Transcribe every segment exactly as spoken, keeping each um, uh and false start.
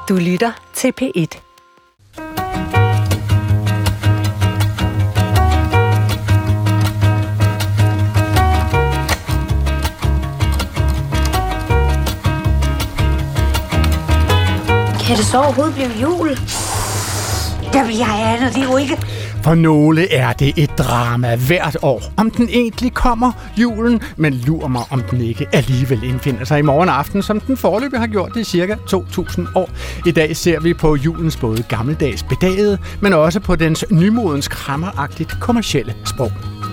Du lytter til P et. Kan det så overhovedet blive jul? Jamen, jeg aner det jo ikke. For nogle er det et drama hvert år. Om den egentlig kommer, julen, men lurer mig, om den ikke alligevel indfinder sig i morgen aften, som den foreløbig har gjort det i cirka to tusind år. I dag ser vi på julens både gammeldags bedagede, men også på dens nymodens krammeragtigt kommercielle sprog.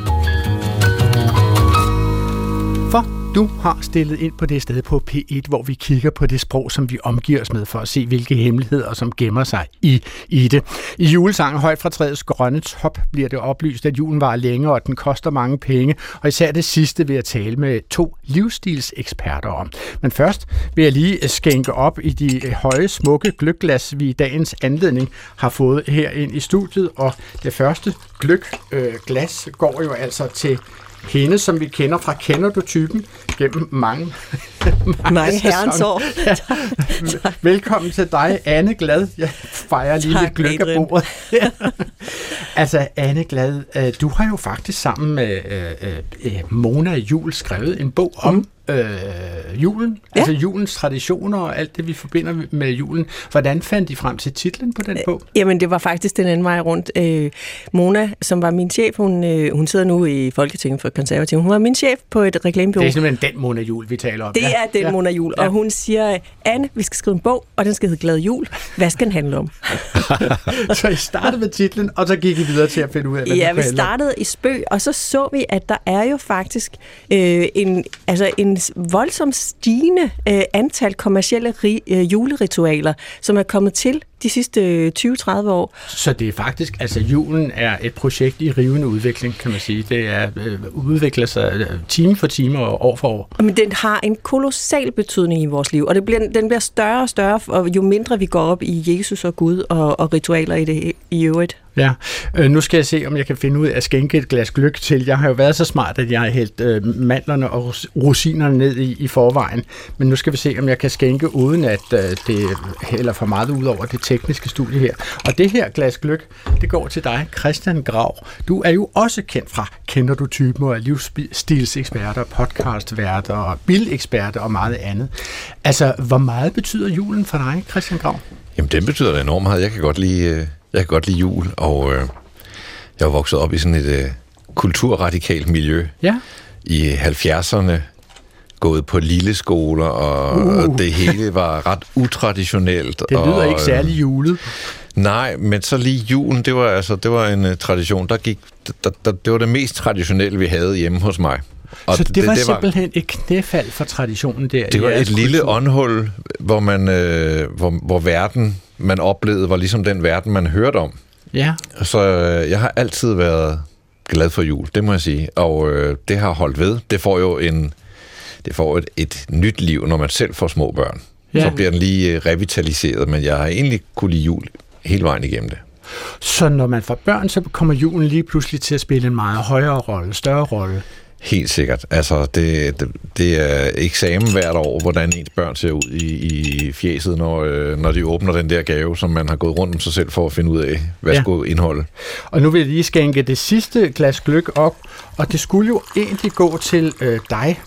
For du har stillet ind på det sted på P et, hvor vi kigger på det sprog, som vi omgiver os med, for at se, hvilke hemmeligheder, som gemmer sig i, i det. I julesangen Højt fra træets grønne top bliver det oplyst, at julen varer længe, og at den koster mange penge. Og især det sidste vil jeg tale med to livsstilseksperter om. Men først vil jeg lige skænke op i de høje, smukke gløgglas, vi i dagens anledning har fået her ind i studiet. Og det første gløgglas går jo altså til hende, som vi kender fra Kender du typen gennem mange, mange, mange herrens år. Ja. Velkommen til dig, Anne Glad. Jeg fejrer lige tak, lidt gløgg af bordet. Altså, Anne Glad, du har jo faktisk sammen med øh, Mona Juhl skrevet en bog om mm. Øh, julen, ja. Altså julens traditioner og alt det, vi forbinder med julen. Hvordan fandt I frem til titlen på den bog? Jamen, det var faktisk den anden vej rundt. Øh, Mona, som var min chef, hun, øh, hun sidder nu i Folketinget for Konservative. Hun var min chef på et reklamebureau. Det er simpelthen den Mona Juhl, vi taler om. Det ja. er den ja. Mona Juhl, og ja. Hun siger, Anne, vi skal skrive en bog, og den skal hedde Glad Jul. Hvad skal den handle om? Så I startede med titlen, og så gik I videre til at finde ud af, hvad ja, det vi startede i spøg, og så så vi, at der er jo faktisk øh, en, altså en voldsomt stigende øh, antal kommercielle ri, øh, juleritualer, som er kommet til de sidste tyve til tredive år. Så det er faktisk, altså julen er et projekt i rivende udvikling, kan man sige. Det er øh, udvikler sig øh, time for time og år for år. Men den har en kolossal betydning i vores liv, og det bliver, den bliver større og større, og jo mindre vi går op i Jesus og Gud og, og ritualer i det i øvrigt. Ja, øh, nu skal jeg se, om jeg kan finde ud af at skænke et glas gløgg til. Jeg har jo været så smart, at jeg har hældt øh, mandlerne og rosinerne ned i, i forvejen. Men nu skal vi se, om jeg kan skænke, uden at øh, det hælder for meget ud over det tekniske studie her. Og det her glas gløgg, det går til dig, Christian Grau. Du er jo også kendt fra Kender du typen, og livsstilseksperter, podcastværter og bileksperter og meget andet. Altså, hvor meget betyder julen for dig, Christian Grau? Jamen, den betyder da enormt meget. Jeg kan godt lide... Øh Jeg kan godt lide jul, og øh, jeg er vokset op i sådan et øh, kulturradikalt miljø. Ja. I halvfjerdserne, gået på lille skoler, og, uh. og det hele var ret utraditionelt. Det lyder og, ikke særlig julet. Nej, men så lige julen, det var, altså, det var en uh, tradition, der gik, der, der, det var det mest traditionelle, vi havde hjemme hos mig. Og så det, det var det simpelthen var, et knæfald for traditionen der. Det var et lille åndhul, hvor man, øh, hvor, hvor verden, man oplevede, var ligesom den verden, man hørte om. Ja. Så øh, jeg har altid været glad for jul, det må jeg sige. Og øh, det har holdt ved. Det får jo en, det får et, et nyt liv, når man selv får små børn. Ja. Så bliver den lige revitaliseret, men jeg har egentlig kunne lide jul hele vejen igennem det. Så når man får børn, så kommer julen lige pludselig til at spille en meget højere rolle, større rolle? Helt sikkert. Altså, det, det, det er eksamen hvert år, hvordan ens børn ser ud i, i fjeset, når, øh, når de åbner den der gave, som man har gået rundt om sig selv for at finde ud af, hvad ja. skulle indeholde. Og nu vil jeg lige skænke det sidste glas gløgg op, og det skulle jo egentlig gå til øh, dig,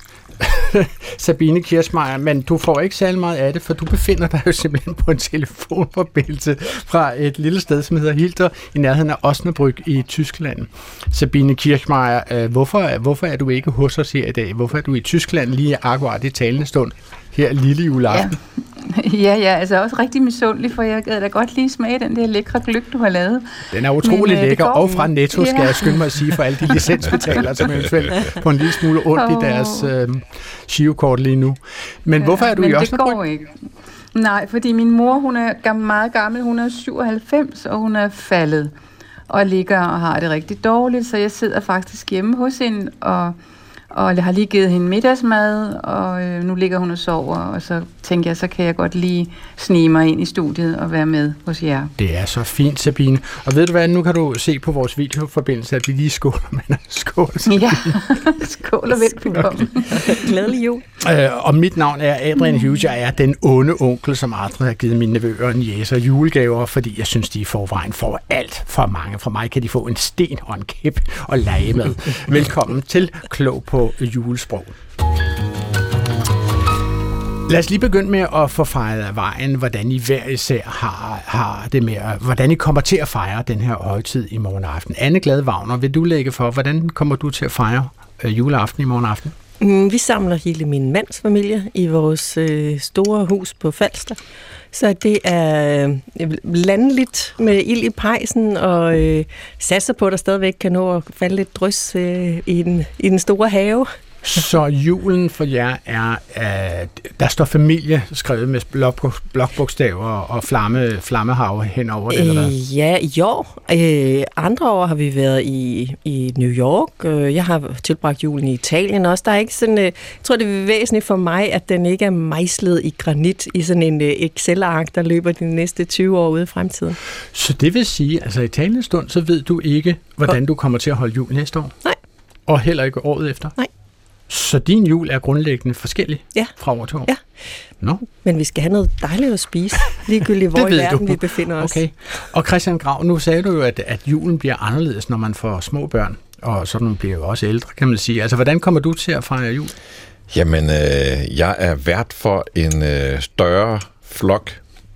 Sabine Kirschmeier, men du får ikke særlig meget af det, for du befinder dig jo simpelthen på en telefonforbindelse fra et lille sted, som hedder Hilter, i nærheden af Osnabrück i Tyskland. Sabine Kirschmeier, hvorfor, hvorfor er du ikke hos os her i dag? Hvorfor er du i Tyskland lige akkurat i talende stund her lille juleaften? Ja, ja, ja, altså også rigtig misundelig, for jeg gad da godt lige smage den der lækre gløgg, du har lavet. Den er utrolig Men, lækker, og fra Netto, skal ja. jeg skynde mig at sige, for alle de licensbetalere, som eventuelt får en lille smule ondt oh. i deres øh, girokort lige nu. Men ja, hvorfor er du i Osnabrück? Det går ikke. Nej, fordi min mor, hun er meget gammel, hun er syvoghalvfems, og hun er faldet og ligger og har det rigtig dårligt, så jeg sidder faktisk hjemme hos hende og og jeg har lige givet hende middagsmad, og øh, nu ligger hun og sover, og så tænker jeg, så kan jeg godt lige snige mig ind i studiet og være med hos jer. Det er så fint, Sabine. Og ved du hvad, nu kan du se på vores videoforbindelse, at vi lige skåler, men skål. Ja, skål og velbekomme. Glædelig jul. Øh, og mit navn er Adrian Hughes. Jeg er den onde onkel, som aldrig har givet mine nevøer en jæser julegaver, fordi jeg synes, de i forvejen får alt for mange. Fra mig kan de få en sten og en kæp og lege med. Velkommen til Klog på julesprog. Lad os lige begynde med at få fejret af vejen, hvordan I hver især har, har det med, hvordan I kommer til at fejre den her højtid i morgen aften. Anne Glad Wagner, vil du lægge for, hvordan kommer du til at fejre øh, juleaften i morgen aften? Mm, vi samler hele min mands familie i vores øh, store hus på Falster. Så det er øh, landligt med ild i pejsen, og øh, satser på, at der stadigvæk kan nå at falde lidt drys øh, i, den, i den store have. Så julen for jer er, at der står familie skrevet med blok, blokbogstaver og flamme, flammehav henover det, eller hvad? Ja, i år. Øh, andre år har vi været i, i New York. Jeg har tilbragt julen i Italien også. Der er ikke sådan, jeg tror, det er væsentligt for mig, at den ikke er mejslet i granit i sådan en Excel-ark, der løber de næste tyve år ude i fremtiden. Så det vil sige, altså i talende stund, så ved du ikke, hvordan du kommer til at holde jul næste år? Nej. Og heller ikke året efter? Nej. Så din jul er grundlæggende forskellig ja. fra år til år? Ja. No. Men vi skal have noget dejligt at spise, ligegyldigt hvor i verden du. vi befinder os. Okay. Og Christian Grav, nu sagde du jo, at, at julen bliver anderledes, når man får små børn, og sådan bliver jo også ældre, kan man sige. Altså, hvordan kommer du til at fejre jul? Jamen, øh, jeg er vært for en øh, større flok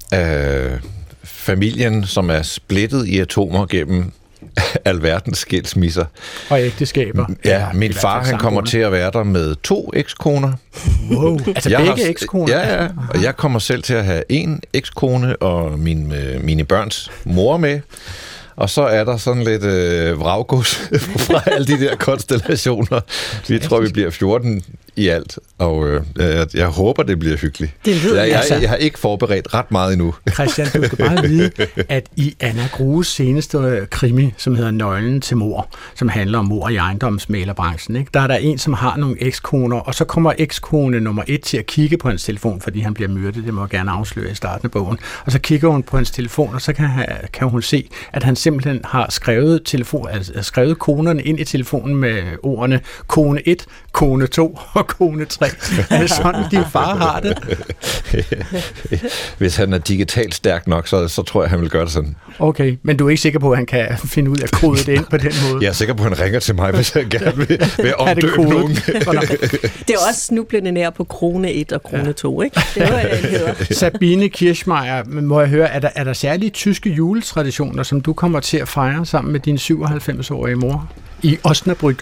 af familien, som er splittet i atomer gennem alverdens skilsmisser. Og ægteskaber. Ja, min far han kommer til at være der med to ekskoner. Wow, altså jeg begge ekskoner? Ja, ja, og jeg kommer selv til at have en ekskone og min, øh, mine børns mor med. Og så er der sådan lidt øh, vraggods fra alle de der konstellationer. Vi tror, vi bliver fjorten i alt, og øh, jeg, jeg håber, det bliver hyggeligt. Det lyder, jeg, jeg, altså. jeg har ikke forberedt ret meget endnu. Christian, du skal bare vide, at i Anna Grues seneste krimi, som hedder Nøglen til mord, som handler om mord i ejendomsmæglerbranchen, ikke? Der er der en, som har nogle ekskoner, og så kommer ekskone nummer et til at kigge på hans telefon, fordi han bliver myrdet, det må jeg gerne afsløre i starten af bogen. Og så kigger hun på hans telefon, og så kan, kan hun se, at han simpelthen har skrevet, telefon, altså skrevet konerne ind i telefonen med ordene kone et, kone to og kone tre. Er det sådan, din far har det? Hvis han er digitalt stærk nok, så, så tror jeg, han vil gøre det sådan. Okay, men du er ikke sikker på, at han kan finde ud af at kode det ind på den måde? Jeg er sikker på, at han ringer til mig, hvis han gerne vil, vil omdøbe nogen. Det er også snublende nær på krone et og krone to, ikke? Det er jo, det hedder. Sabine Kirchmeier, må jeg høre, er der, er der særlige tyske juletraditioner, som du kommer til at fejre sammen med din syvoghalvfems-årige mor i Osnabrück?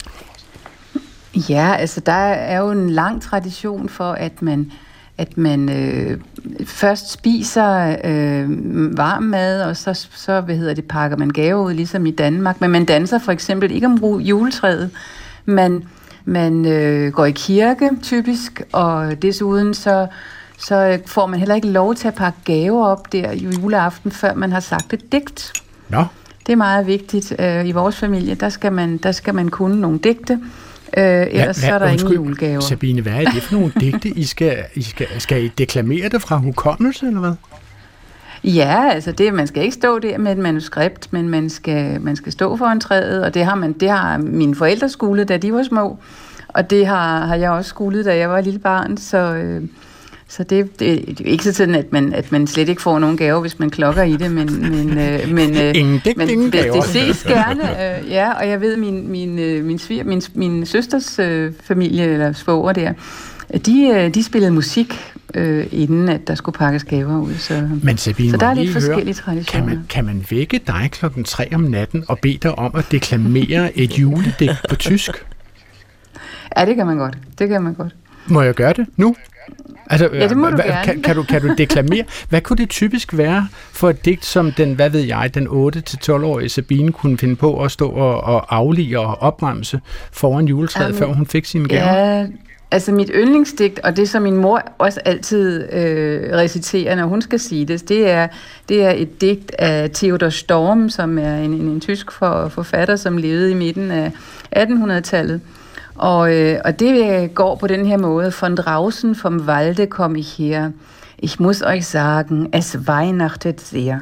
Ja, altså der er jo en lang tradition for, at man, at man øh, først spiser øh, varm mad, og så, så hvad hedder det, pakker man gaver ud, ligesom i Danmark. Men man danser for eksempel ikke om juletræet. Man, man øh, går i kirke, typisk, og desuden så, så får man heller ikke lov til at pakke gaver op der juleaften, før man har sagt et digt. Nå. Det er meget vigtigt øh, i vores familie. Der skal man, der skal man kunne nogle digte. Øh, ellers hvad, så er der undskyld, ingen julegaver. Sabine, hvad er det for nogle digte, I skal, I skal, skal I deklamere det fra hukommelse, eller hvad? Ja, altså det, man skal ikke stå der med et manuskript, men man skal, man skal stå foran træet, og det har, man, det har mine forældre skolet, da de var små, og det har, har jeg også skolet, da jeg var lille barn, så... Øh, Så det, det, det er ikke så sådan, at man, at man slet ikke får nogen gaver, hvis man klokker i det, men, men, øh, men, øh, ingen digt, men ingen det, gaver. det ses gerne. Øh, ja, og jeg ved, min, min, øh, min, svir, min, min søsters øh, familie, eller svoger der, de, øh, de spillede musik, øh, inden at der skulle pakkes gaver ud. Så, men Sabine, så der er lidt høre, forskellige traditioner. Kan man, kan man vække dig klokken tre om natten og bede dig om at deklamere et juledigt på tysk? Ja, det kan man godt. Det kan man godt. Må jeg gøre det nu? Altså, ja, det må du hva, gerne. Kan, kan, du, kan du deklamere? Hvad kunne det typisk være for et digt, som den, hvad ved jeg, den otte til tolv-årige Sabine kunne finde på at stå og, og aflige og opremse foran juletræet, um, før hun fik sine gaver? Ja, altså mit yndlingsdigt, og det som min mor også altid øh, reciterer, når hun skal sige det, det er, det er et digt af Theodor Storm, som er en, en, en tysk for, forfatter, som levede i midten af attenhundredetallet. Og, øh, og det går på den her måde. Von draußen vom Walde komm ich her. Ich muss euch sagen, es weihnachtet sehr.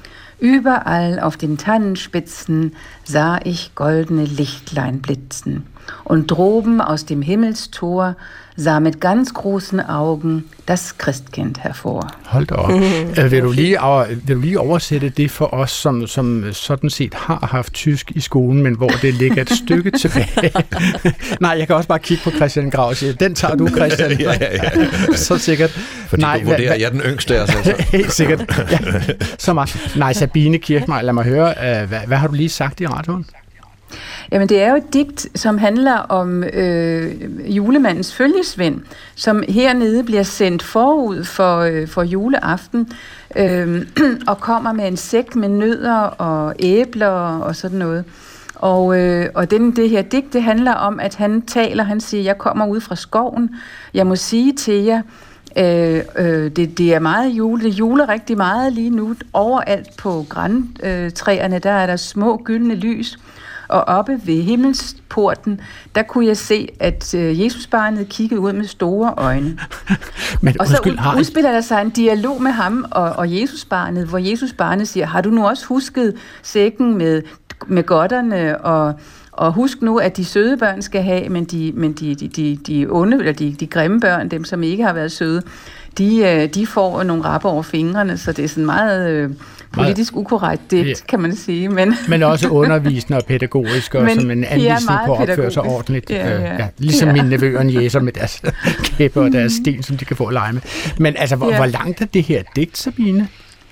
Überall auf den Tannenspitzen sah ich goldene Lichtlein blitzen. Und droben aus dem Himmelstor sah mit ganz großen Augen das Christkind hervor. Hold da op. Mm. Vil, du lige, vil du lige oversætte det for os, som, som sådan set har haft tysk i skolen, men hvor det ligger et stykke tilbage? Nej, jeg kan også bare kigge på Christian Grau og sige, den tager du, Christian. ja, ja, ja. Så sikkert. Fordi Nej, du vurderer, jeg er den yngste af altså. Helt sikkert. Ja. Så meget. Nej, Sabine Kirchmeier, lad mig høre, hvad, hvad har du lige sagt i radioen? Jamen, det er jo et digt, som handler om øh, julemandens følgesvend, som hernede bliver sendt forud for, øh, for juleaften, øh, og kommer med en sæk med nødder og æbler og sådan noget. Og, øh, og den, det her digt, det handler om, at han taler, han siger, jeg kommer ud fra skoven, jeg må sige til jer, Øh, øh, det, det er meget jule, det juler rigtig meget lige nu. Overalt på grantræerne, der er der små gyldne lys. Og oppe ved himmelsporten, der kunne jeg se, at øh, Jesusbarnet kiggede ud med store øjne. Men, og så undskyld, har... udspiller der sig en dialog med ham og, og Jesusbarnet, hvor Jesusbarnet siger, har du nu også husket sækken med, med godterne, og, og husk nu, at de søde børn skal have, men de, men de, de, de, de onde, eller de, de grimme børn, dem som ikke har været søde, de, de får nogle rapper over fingrene, så det er sådan meget... Øh, politisk ukorrekt, det ja. Kan man sige. Men, men også undervisende og pædagogisk, og som en anvisning på at opføre sig ordentligt. Ja, ja. Ja, ligesom ja. Mine nevøer jæser med deres kæppe og deres sten, som de kan få at lege med. Men altså, hvor, ja. hvor langt er det her digt, Sabine?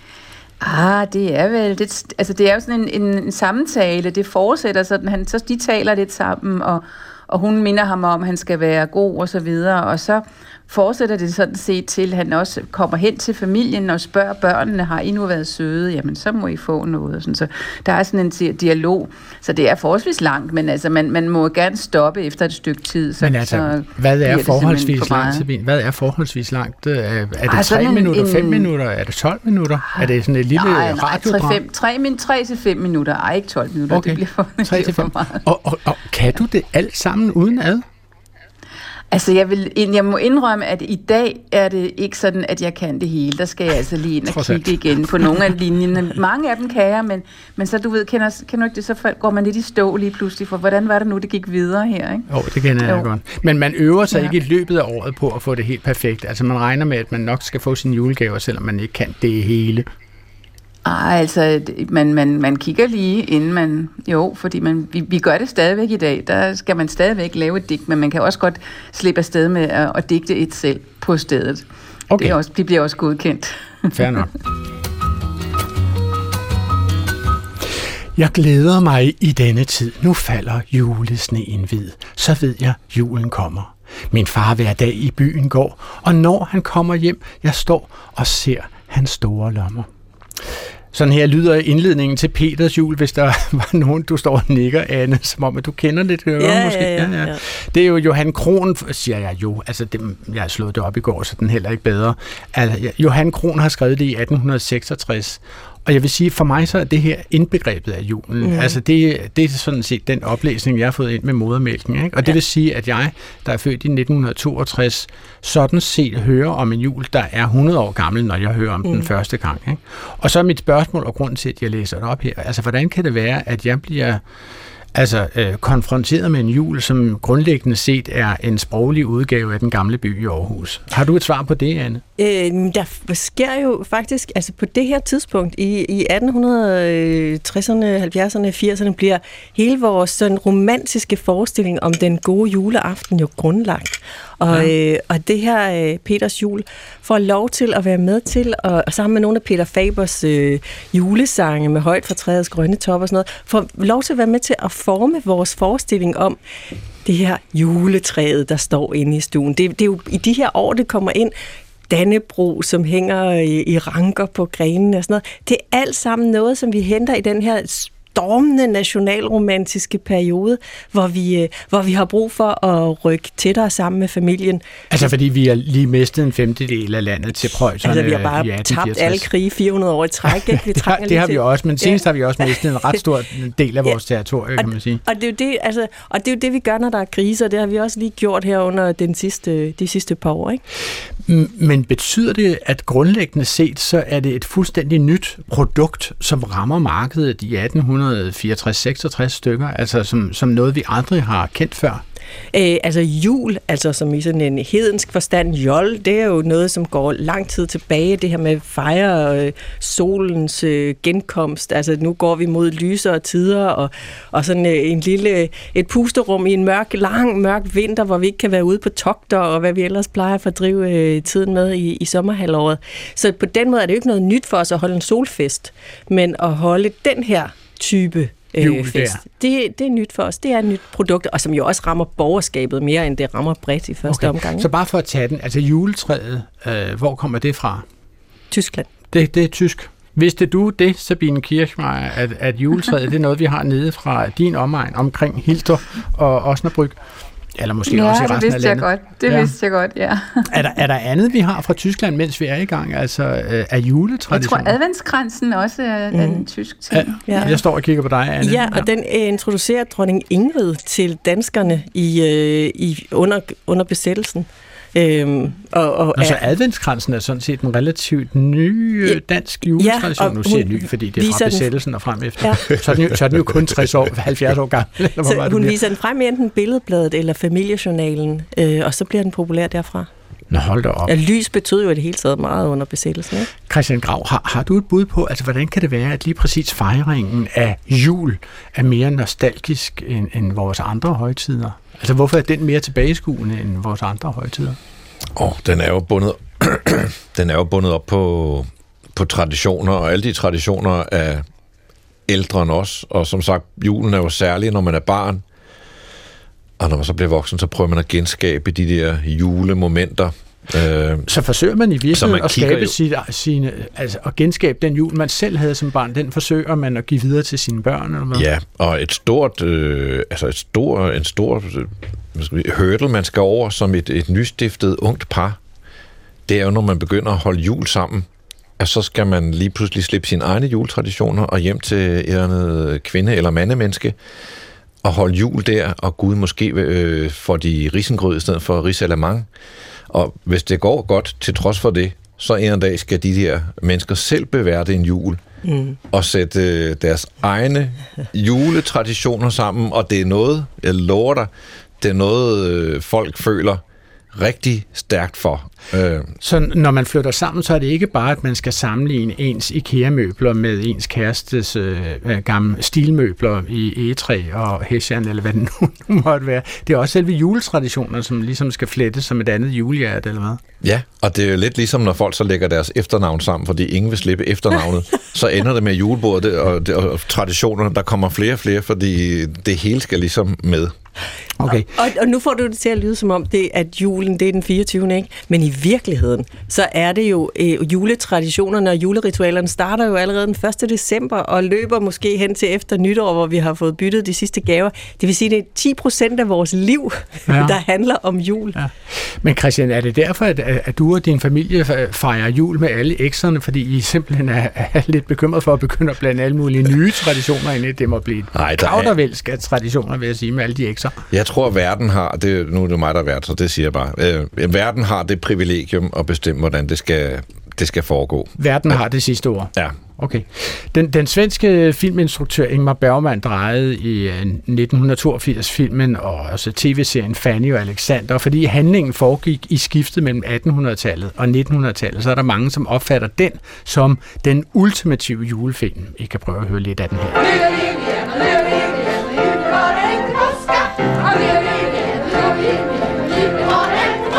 Ah, det er vel, det, altså det er jo sådan en, en, en samtale, det fortsætter sådan, han, så de taler lidt sammen, og, og hun minder ham om, at han skal være god og så videre, og så fortsætter det sådan set til, at han også kommer hen til familien og spørger børnene, har I nu været søde? Jamen, så må I få noget. Og sådan. Så der er sådan en dialog, så det er forholdsvis langt, men altså, man, man må gerne stoppe efter et stykke tid. Så, men altså, så hvad er forholdsvis langt, Sabine? Hvad er forholdsvis langt? Er det altså tre minutter, fem minutter? Er det tolv minutter? Er det sådan et lille nej, radiogram? tre til fem minutter. Ej, ikke tolv minutter. Okay. Det bliver for, tre til fem. Og, og, og kan du det alt sammen uden ad? Altså, jeg, vil, jeg må indrømme, at i dag er det ikke sådan, at jeg kan det hele. Der skal jeg altså lige ind og kigge igen på nogle af linjerne. Mange af dem kan jeg, men, men så du ved, kender, kender du ikke det, så går man lidt i stå lige pludselig, for hvordan var det nu, det gik videre her, ikke? Jo, oh, det kender jeg jo. godt. Men man øver sig ja. ikke i løbet af året på at få det helt perfekt. Altså, man regner med, at man nok skal få sine julegaver, selvom man ikke kan det hele. Ej, altså, man, man, man kigger lige, inden man... Jo, fordi man, vi, vi gør det stadigvæk i dag. Der skal man stadigvæk lave et digt, men man kan også godt slippe afsted med at, at digte et selv på stedet. Okay. Det, er også, det bliver også godkendt. Fair nok. Jeg glæder mig i denne tid. Nu falder julesneen hvid. Så ved jeg, julen kommer. Min far hver dag i byen går, og når han kommer hjem, jeg står og ser hans store lommer. Sådan her lyder indledningen til Peters jul, hvis der var nogen, du står og nikker, Anne, som om, at du kender lidt hører, ja, måske. Ja, ja, ja. Det er jo Johan Krohn, siger jeg jo, altså det, jeg har slået det op i går, så den heller ikke bedre. Altså, Johan Krohn har skrevet det i atten seksogtres, og jeg vil sige, for mig så er det her indbegrebet af julen. Mm. Altså det, det er sådan set den oplæsning, jeg har fået ind med modermælken. Ikke? Og det ja. vil sige, at jeg, der er født i nitten toogtres, sådan set hører om en jul, der er hundrede år gammel, når jeg hører om mm. den første gang. Ikke? Og så er mit spørgsmål, og grunden til, at jeg læser det op her, altså hvordan kan det være, at jeg bliver... Altså øh, konfronteret med en jul, som grundlæggende set er en sproglig udgave af den gamle by i Aarhus. Har du et svar på det, Anne? Øh, der sker jo faktisk, altså på det her tidspunkt, i, i atten tresserne, halvfjerdserne, firserne, bliver hele vores sådan romantiske forestilling om den gode juleaften jo grundlagt. Og, ja. øh, og det her øh, Peters jul får lov til at være med til, og, og sammen med nogle af Peter Fabers øh, julesange med højt fra træets grønne top og sådan noget, får lov til at være med til at forme vores forestilling om det her juletræet, der står inde i stuen. Det, det er jo i de her år, det kommer ind, Dannebro, som hænger i, i ranker på grenene og sådan noget. Det er alt sammen noget, som vi henter i den her stormende nationalromantiske periode, hvor vi, hvor vi har brug for at rykke tættere sammen med familien. Altså fordi vi har lige mistet en femtedel af landet til preusserne. Altså vi har bare tabt alle krige fire hundrede år i træk. Ikke? Vi det har, det har vi også, men senest ja. har vi også mistet en ret stor del af vores ja. territorie, kan man sige. Og, og, det er jo det, altså, og det er jo det, vi gør, når der er kriser. Det har vi også lige gjort her under den sidste, de sidste par år. Ikke? Men betyder det, at grundlæggende set, så er det et fuldstændig nyt produkt, som rammer markedet i atten fireogtres seksogtres stykker, altså som, som noget, vi aldrig har kendt før? Æ, altså jul, altså som i sådan en hedensk forstand, jol, det er jo noget, som går lang tid tilbage, det her med at fejre øh, solens øh, genkomst, altså nu går vi mod lysere tider, og, og sådan øh, en lille, et pusterum i en mørk, lang, mørk vinter, hvor vi ikke kan være ude på togter, og hvad vi ellers plejer at fordrive øh, tiden med i, i sommerhalvåret. Så på den måde er det jo ikke noget nyt for os at holde en solfest, men at holde den her type Jul, fest. Det, det er nyt for os. Det er et nyt produkt, og som jo også rammer borgerskabet mere, end det rammer bredt i første okay. omgang. Så bare for at tage den, altså juletræet, øh, hvor kommer det fra? Tyskland. Det, det er tysk. Vidste du det, Sabine Kirchmeier, at, at juletræet det er noget, vi har nede fra din omegn, omkring Hilter og Osnabrück? Eller måske ja, også i resten af landet. Ja, det vidste jeg godt. Det ja. vidste jeg godt, ja. er, der, er der andet, vi har fra Tyskland, mens vi er i gang, altså øh, af juletraditioner? Jeg tror, adventskransen også er, mm. er en tysk ting. Ja, ja. Jeg står og kigger på dig, Anne. Ja, og ja. den øh, introducerer dronning Ingrid til danskerne i, øh, i under, under besættelsen. Øhm, og, og Nå, så adventskransen er sådan set en relativt ny ja, dansk juletradition. Ja, nu siger jeg ny, fordi det er fra besættelsen og frem efter. Ja. Så, er den jo, så er den jo kun tres år, halvfjerds år gammel. Eller så hun viser den frem i enten Billedbladet eller Familiejournalen, øh, og så bliver den populær derfra. Nå, hold da op. Ja, lys betød jo det hele taget meget under besættelsen, ikke? Christian Grau, har, har du et bud på, altså hvordan kan det være, at lige præcis fejringen af jul er mere nostalgisk end, end vores andre højtider? Altså hvorfor er den mere tilbageskuende end vores andre højtider? Åh, oh, den er jo bundet, den er jo bundet op på, på traditioner, og alle de traditioner er ældre end os, og som sagt, julen er jo særlig, når man er barn, og når man så bliver voksen, så prøver man at genskabe de der julemomenter. Øh, så forsøger man i virkeligheden at skabe sine, sine, altså at genskabe den jul, man selv havde som barn, den forsøger man at give videre til sine børn, eller hvad? Ja, og et stort, øh, altså et stor, en stor øh, hurdle, man skal over som et, et nystiftet ungt par, det er jo, når man begynder at holde jul sammen, at så skal man lige pludselig slippe sine egne juletraditioner og hjem til et eller andet kvinde- eller mandemenneske, og holde jul der, og Gud måske øh, får de risengrød i stedet for risalamande. Og hvis det går godt til trods for det, så en dag skal de her mennesker selv beværte en jul mm. og sætte øh, deres egne juletraditioner sammen, og det er noget, jeg lover dig, det er noget, øh, folk føler rigtig stærkt for. Øh. Så når man flytter sammen, så er det ikke bare, at man skal sammenligne ens IKEA-møbler med ens kærestes øh, gamle stilmøbler i egetræ og hessian, eller hvad det nu, nu måtte være. Det er også selve juletraditioner, som ligesom skal flettes som et andet julehjert, eller hvad? Ja, og det er jo lidt ligesom, når folk så lægger deres efternavn sammen, fordi ingen vil slippe efternavnet, så ender det med julebordet og, og, og traditionerne, der kommer flere og flere, fordi det hele skal ligesom med. Okay. Og, og nu får du det til at lyde som om, det, at julen det er den fireogtyvende, ikke? Men i virkeligheden, så er det jo øh, juletraditionerne og juleritualerne starter jo allerede den første december og løber måske hen til efter nytår, hvor vi har fået byttet de sidste gaver. Det vil sige, det er ti procent af vores liv, ja. der handler om jul. Ja. Men Christian, er det derfor, at, at du og din familie fejrer jul med alle ekserne, fordi I simpelthen er, er lidt bekymret for at begynde at blande alle mulige nye traditioner ind i det? må blive et kaudervælsk af traditioner, vil jeg sige, med alle de ekser. Jeg tror, at verden har, det, nu er det mig, der er vært, så det siger jeg bare, øh, verden har det privilegium at bestemme, hvordan det skal, det skal foregå. Verden ja. har det sidste ord? Ja. Okay. Den, den svenske filminstruktør Ingmar Bergman drejede i nitten toogfirs filmen og også tv-serien Fanny og Alexander, fordi handlingen foregik i skiftet mellem attenhundredetallet og nittenhundredetallet, så er der mange, som opfatter den som den ultimative julefilm. I kan prøve at høre lidt af den her.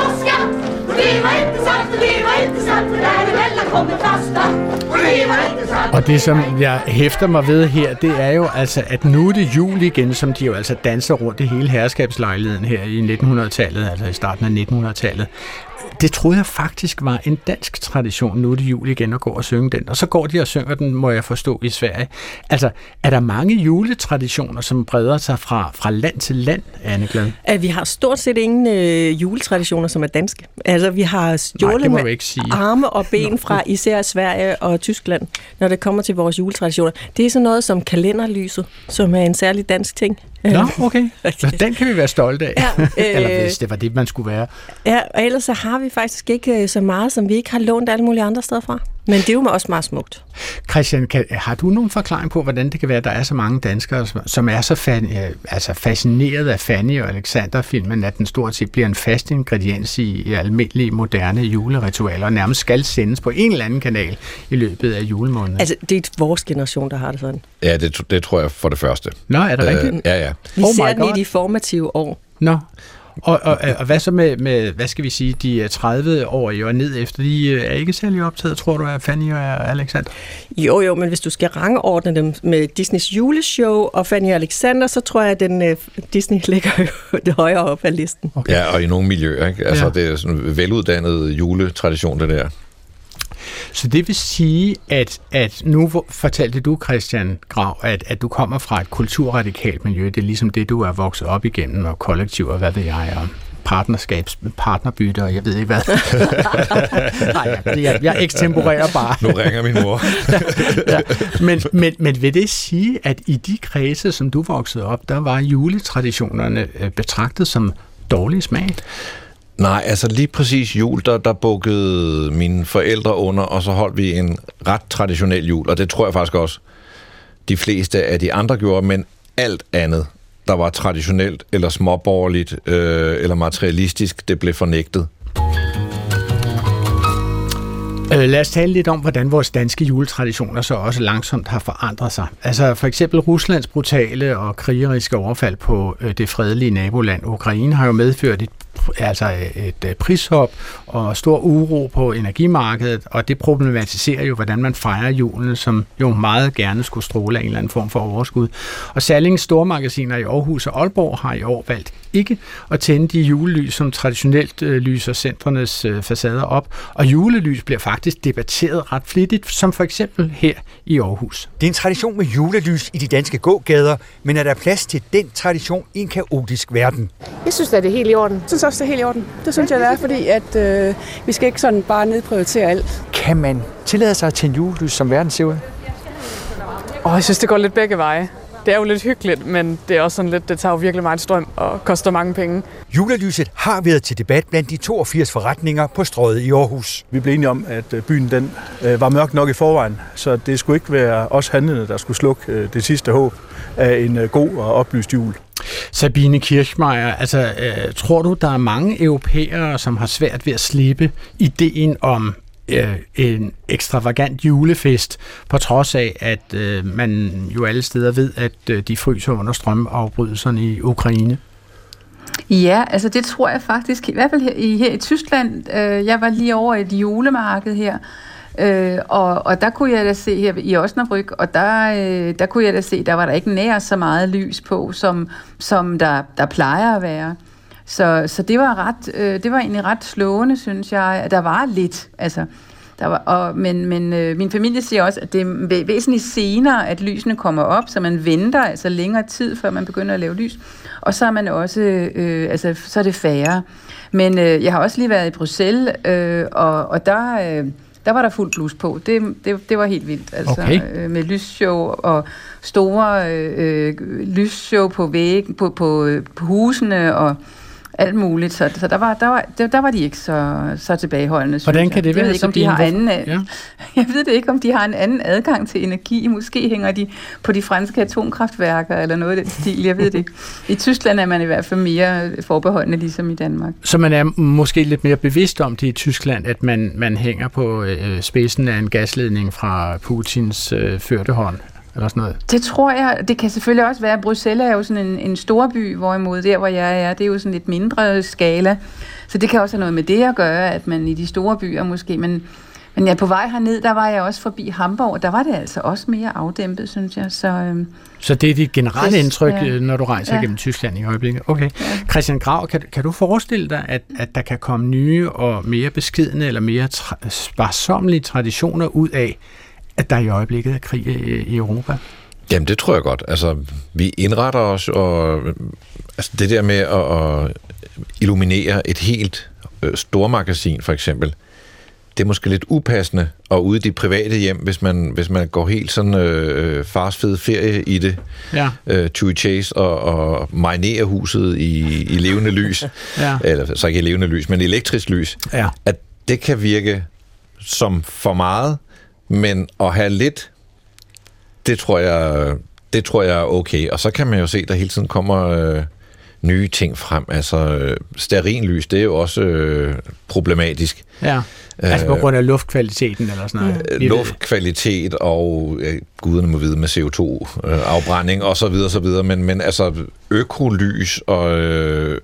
Kommer fasta och det var inte Og det, som jeg hæfter mig ved her, det er jo altså, at nu er det jul igen, som de jo altså danser rundt i hele herskabslejligheden her i nittenhundredetallet, altså i starten af nittenhundredetallet. Det troede jeg faktisk var en dansk tradition, nu er det jul igen at gå og synge den. Og så går de og synger den, må jeg forstå, i Sverige. Altså, er der mange juletraditioner, som breder sig fra, fra land til land, Anne Glad? Vi har stort set ingen øh, juletraditioner, som er danske. Altså, vi har stjålet med arme og ben fra især Sverige og Tyskland, når det kommer til vores juletraditioner. Det er sådan noget som kalenderlyset, som er en særlig dansk ting. Nå, okay. Så den kan vi være stolte af. Ja, øh, Eller hvis det var det, man skulle være. Ja, og ellers så har vi faktisk ikke så meget, som vi ikke har lånt alle mulige andre steder fra. Men det er jo også meget smukt. Christian, kan, har du nogen forklaring på, hvordan det kan være, at der er så mange danskere, som er så fan, altså fascineret af Fanny og Alexander-filmen, at den stort set bliver en fast ingrediens i, i almindelige, moderne juleritualer, og nærmest skal sendes på en eller anden kanal i løbet af julemåneden? Altså, det er vores generation, der har det sådan. Ja, det, det tror jeg for det første. Nå, er det rigtigt? Øh, ja, ja. Vi oh ser den i de formative år. Nå. Og, og, og hvad så med, med, hvad skal vi sige, de tredive-årige og ned efter, de er ikke særlig optaget, tror du, af Fanny og Alexander? Jo, jo, men hvis du skal rangordne dem med Disneys juleshow og Fanny og Alexander, så tror jeg, at den, uh, Disney ligger jo det højere op af listen. Okay. Ja, og i nogle miljøer, ikke? Altså, ja. Det er sådan en veluddannet juletradition, det der. Så det vil sige, at, at nu fortalte du, Christian Grav, at, at du kommer fra et kulturradikalt miljø. Det er ligesom det, du er vokset op igennem, og kollektiv, og hvad ved jeg, og partnerskabs, partnerbytter, og jeg ved ikke hvad. Nej, jeg, jeg ekstemporerer bare. Nu ringer min mor. Ja. Men, men, men vil det sige, at i de kredse, som du voksede op, der var juletraditionerne betragtet som dårlig smag? Nej, altså lige præcis jul, der, der bukkede mine forældre under, og så holdt vi en ret traditionel jul, og det tror jeg faktisk også, de fleste af de andre gjorde, men alt andet, der var traditionelt, eller småborgerligt, øh, eller materialistisk, det blev fornægtet. Lad os tale lidt om, hvordan vores danske juletraditioner så også langsomt har forandret sig. Altså for eksempel Ruslands brutale og krigeriske overfald på det fredelige naboland Ukraine har jo medført et altså et prishop og stor uro på energimarkedet, og det problematiserer jo, hvordan man fejrer julen, som jo meget gerne skulle stråle af en eller anden form for overskud. Og Sallingens stormagasiner i Aarhus og Aalborg har i år valgt ikke at tænde de julelys, som traditionelt øh, lyser centrenes øh, facader op, og julelys bliver faktisk debatteret ret flittigt, som for eksempel her i Aarhus. Det er en tradition med julelys i de danske gågader, men er der plads til den tradition i en kaotisk verden? Jeg synes, at det er helt i orden. Jeg synes også, det er helt i orden. Det synes jeg, det er, fordi at, øh, vi skal ikke sådan bare nedprioritere alt. Kan man tillade sig at tænde julelys, som verden ser ud? Åh, jeg synes, det går lidt begge veje. Det er jo lidt hyggeligt, men det er også sådan lidt, det tager jo virkelig meget strøm og koster mange penge. Julelyset har været til debat blandt de toogfirs forretninger på Strøget i Aarhus. Vi blev enige om, at byen den var mørk nok i forvejen, så det skulle ikke være os handlende, der skulle slukke det sidste håb af en god og oplyst jul. Sabine Kirchmeier, altså øh, tror du, der er mange europæere, som har svært ved at slippe ideen om øh, en ekstravagant julefest, på trods af, at øh, man jo alle steder ved, at øh, de fryser under strømafbrydelserne i Ukraine? Ja, altså det tror jeg faktisk, i hvert fald her i, her i Tyskland. Øh, jeg var lige over et julemarked her, Øh, og, og der kunne jeg da se her i Osnabrück, og der, øh, der kunne jeg da se, der var der ikke nær så meget lys på, som, som der, der plejer at være. Så, så det var ret, øh, det var egentlig ret slående, synes jeg, at der var lidt, altså, der var, og, men, men øh, min familie siger også, at det er væsentligt senere, at lysene kommer op, så man venter altså længere tid, før man begynder at lave lys, og så er man også, øh, altså, så er det færre. Men øh, jeg har også lige været i Bruxelles, øh, og, og der... Øh, Der var der fuld blus på. Det, det, det var helt vildt. Altså, okay. øh, med lysshow og store øh, lysshow på væggen, på, på, på husene og alt muligt. Så, så der, var, der, var, der, der var de ikke så, så tilbageholdende. Hvordan kan det være? Jeg ved ikke, om de har anden, ja. Jeg ved det ikke, om de har en anden adgang til energi. Måske hænger de på de franske atomkraftværker eller noget af den stil. Jeg ved det ikke. I Tyskland er man i hvert fald mere forbeholdende, ligesom i Danmark. Så man er måske lidt mere bevidst om det i Tyskland, at man, man hænger på øh, spidsen af en gasledning fra Putins øh, førte hånd? Eller sådan noget. Det tror jeg, det kan selvfølgelig også være. Bruxelles er jo sådan en, en stor by, hvorimod der, hvor jeg er, det er jo sådan lidt mindre skala. Så det kan også have noget med det at gøre, at man i de store byer måske, men, Men ja, på vej herned, der var jeg også forbi Hamburg, og der var det altså også mere afdæmpet, synes jeg. Så, øhm, så det er dit generelle det, indtryk, ja. når du rejser ja. gennem Tyskland i øjeblikket? Okay. Ja. Christian Grau, kan, kan du forestille dig, at, at der kan komme nye og mere beskedne eller mere tra- sparsommelige traditioner ud af, at der i øjeblikket er krig i, i Europa? Jamen, det tror jeg godt. Altså, vi indretter os, og altså, det der med at, at illuminere et helt øh, stormagasin, for eksempel, det er måske lidt upassende, og ude i de private hjem, hvis man, hvis man går helt sådan øh, farsfed ferie i det, ja. øh, Chewy Chase, og, og marinerer huset i, i levende lys, ja. eller så ikke i levende lys, men elektrisk lys, ja. at det kan virke som for meget, men at have lidt, det tror jeg, det tror jeg er okay. Og så kan man jo se, at der hele tiden kommer øh, nye ting frem. Altså, øh, stearinlys, det er jo også øh, problematisk. Ja, altså på grund af luftkvaliteten eller sådan noget. Øh, luftkvalitet og, øh, guderne må vide, med C O to afbrænding og så videre, så videre. Men, men altså, økolys og øh,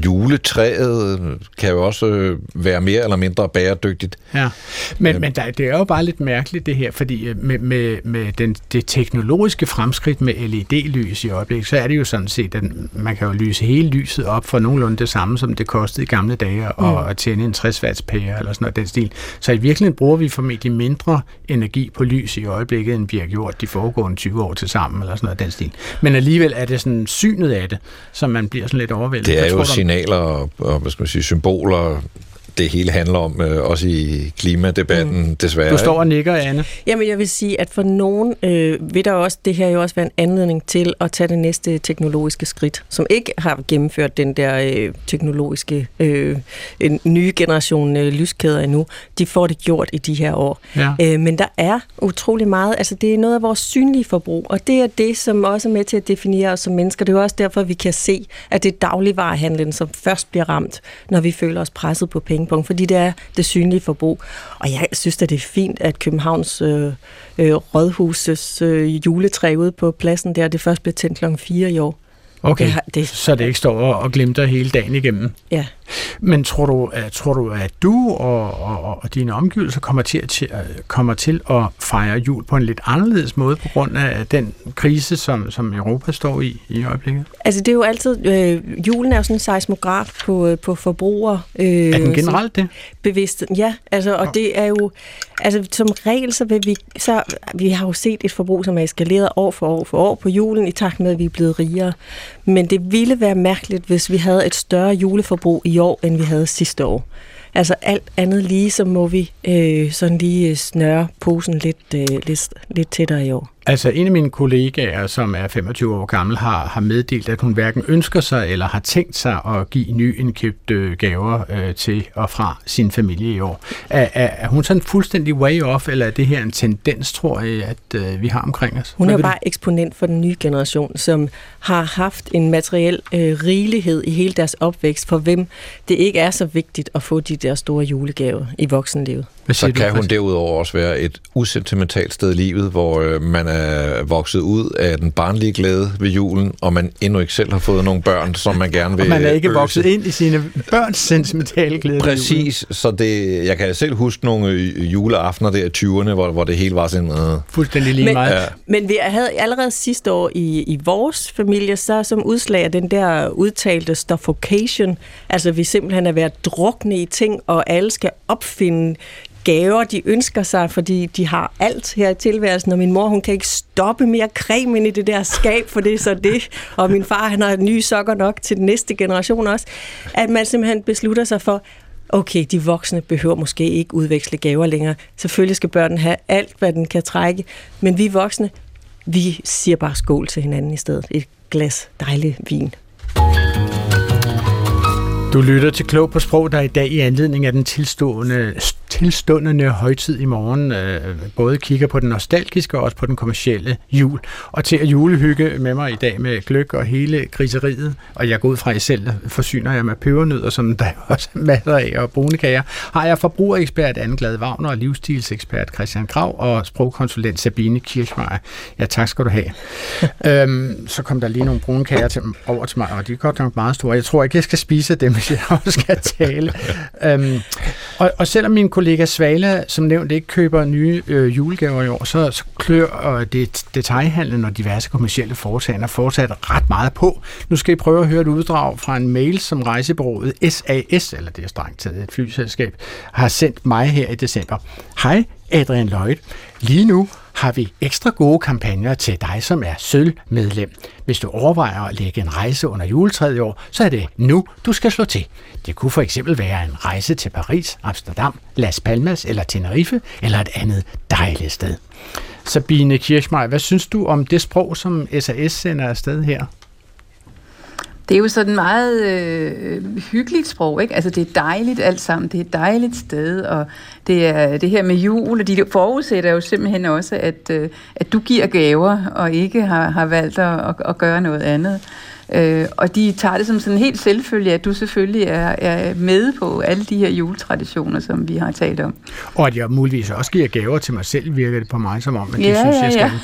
juletræet kan jo også øh, være mere eller mindre bæredygtigt. Ja, men, øh. men der, det er jo bare lidt mærkeligt det her, fordi med, med, med den, det teknologiske fremskridt med L E D-lys i øjeblikket, så er det jo sådan set, at man kan jo lyse hele lyset op for nogenlunde det samme, som det kostede i gamle dage at, mm. at tænde en tres watts pære eller sådan noget den stil. Så i virkeligheden bruger vi formentlig mindre energi på lys i øjeblikket, end vi har gjort de foregående tyve år til sammen eller sådan noget den stil. Men alligevel er det sådan synet af det, som man bliver sådan lidt overvældet. Det er jo signaler og, og hvad skal man sige, symboler, det hele handler om, øh, også i klimadebatten, mm. desværre. Du står og nikker, Anne. Jamen, jeg vil sige, at for nogen øh, vil der også, det her jo også være en anledning til at tage det næste teknologiske skridt, som ikke har gennemført den der øh, teknologiske øh, en nye generation øh, lyskæder endnu. De får det gjort i de her år. Ja. Øh, men der er utrolig meget, altså det er noget af vores synlige forbrug, og det er det, som også er med til at definere os som mennesker. Det er jo også derfor, vi kan se, at det er dagligvarehandlen, som først bliver ramt, når vi føler os presset på penge, fordi det er det synlige forbrug. Og jeg synes, at det er fint, at Københavns øh, øh, Rådhuses øh, juletræ ude på pladsen der, det først bliver tændt klokken fire i år. Okay, det har, det, så det ikke står og glimter hele dagen igennem. Ja. Men tror du, at, tror du, at du og, og, og dine omgivelser kommer til, at, kommer til at fejre jul på en lidt anderledes måde på grund af den krise, som, som Europa står i i øjeblikket? Altså det er jo altid, øh, julen er jo sådan en seismograf på, på forbrugere. Øh, er den generelt det? Bevidst, ja. Altså, og det er jo, altså som regel, så vil vi, så vi har jo set et forbrug, som er eskaleret år for år for år på julen, i takt med, at vi er blevet rigere. Men det ville være mærkeligt, hvis vi havde et større juleforbrug i år, end vi havde sidste år. Altså alt andet lige, så må vi øh, sådan lige snøre posen lidt, øh, lidt, lidt tættere i år. Altså en af mine kollegaer, som er femogtyve år gammel, har, har meddelt, at hun hverken ønsker sig eller har tænkt sig at give nyindkøbte gaver øh, til og fra sin familie i år. Er, er, er hun sådan fuldstændig way off, eller er det her en tendens, tror jeg, at øh, vi har omkring os? Hun er jo bare eksponent for den nye generation, som har haft en materiel øh, rigelighed i hele deres opvækst, for hvem det ikke er så vigtigt at få de der store julegaver i voksenlivet. Så kan hun derudover også være et usentimentalt sted i livet, hvor øh, man er vokset ud af den barnlige glæde ved julen, og man endnu ikke selv har fået nogle børn, som man gerne vil. Og man er ikke øse. vokset ind i sine børns sentimentale glæde. Præcis, så det, jeg kan selv huske nogle juleaftener der i tyverne, hvor, hvor det hele var sådan øh. fuldstændig lige men, meget. Ja. Men vi havde allerede sidste år i, i vores familie, så som udslag af den der udtalte stuffocation, altså vi simpelthen er ved at drukne i ting, og alle skal opfinde gaver, de ønsker sig, fordi de har alt her i tilværelsen, og min mor, hun kan ikke stoppe mere creme ind i det der skab, for det er så det, og min far, han har nye sokker nok til den næste generation også, at man simpelthen beslutter sig for, okay, de voksne behøver måske ikke udveksle gaver længere. Selvfølgelig skal børnene have alt, hvad den kan trække, men vi voksne, vi siger bare skål til hinanden i stedet. Et glas dejlig vin. Du lytter til Klog på Sprog, der i dag i anledning af den tilstående, tilstående højtid i morgen øh, både kigger på den nostalgiske og også på den kommercielle jul. Og til at julehygge med mig i dag med gløgg og hele griseriet, og jeg går ud fra, at I selv forsyner jer med pebernødder, som der også er masser af, og brune kager, har jeg forbrugerekspert Anne Glad Wagner og livsstilsekspert Christian Grau og sprogkonsulent Sabine Kirchmeier. Ja, tak skal du have. øhm, så kom der lige nogle brune kager til, over til mig, og de er godt nok meget store. Jeg tror ikke, jeg skal spise dem, hvis jeg også skal tale. øhm, og, og selvom mine kollega Svala, som nævnt, ikke køber nye øh, julegaver i år, så, så klør øh, det detailhandlen og diverse kommercielle foretagender fortsat ret meget på. Nu skal I prøve at høre et uddrag fra en mail, som rejsebureauet S A S, eller det er strengt taget et flyselskab, har sendt mig her i december. Hej, Adrian Lloyd. Lige nu har vi ekstra gode kampagner til dig, som er sølvmedlem. Hvis du overvejer at lægge en rejse under juletræet i år, så er det nu, du skal slå til. Det kunne for eksempel være en rejse til Paris, Amsterdam, Las Palmas eller Tenerife, eller et andet dejligt sted. Sabine Kirchmeier, hvad synes du om det sprog, som S A S sender afsted her? Det er jo sådan meget øh, hyggeligt sprog, ikke? Altså det er dejligt alt sammen, det er et dejligt sted, og det er det her med jul, og de forudsætter jo simpelthen også, at, øh, at du giver gaver, og ikke har, har valgt at, at gøre noget andet. Øh, og de tager det som sådan helt selvfølge, at du selvfølgelig er, er med på alle de her juletraditioner, som vi har talt om. Og at jeg muligvis også giver gaver til mig selv, virker det på mig som om, at de ja, synes, ja, jeg skal.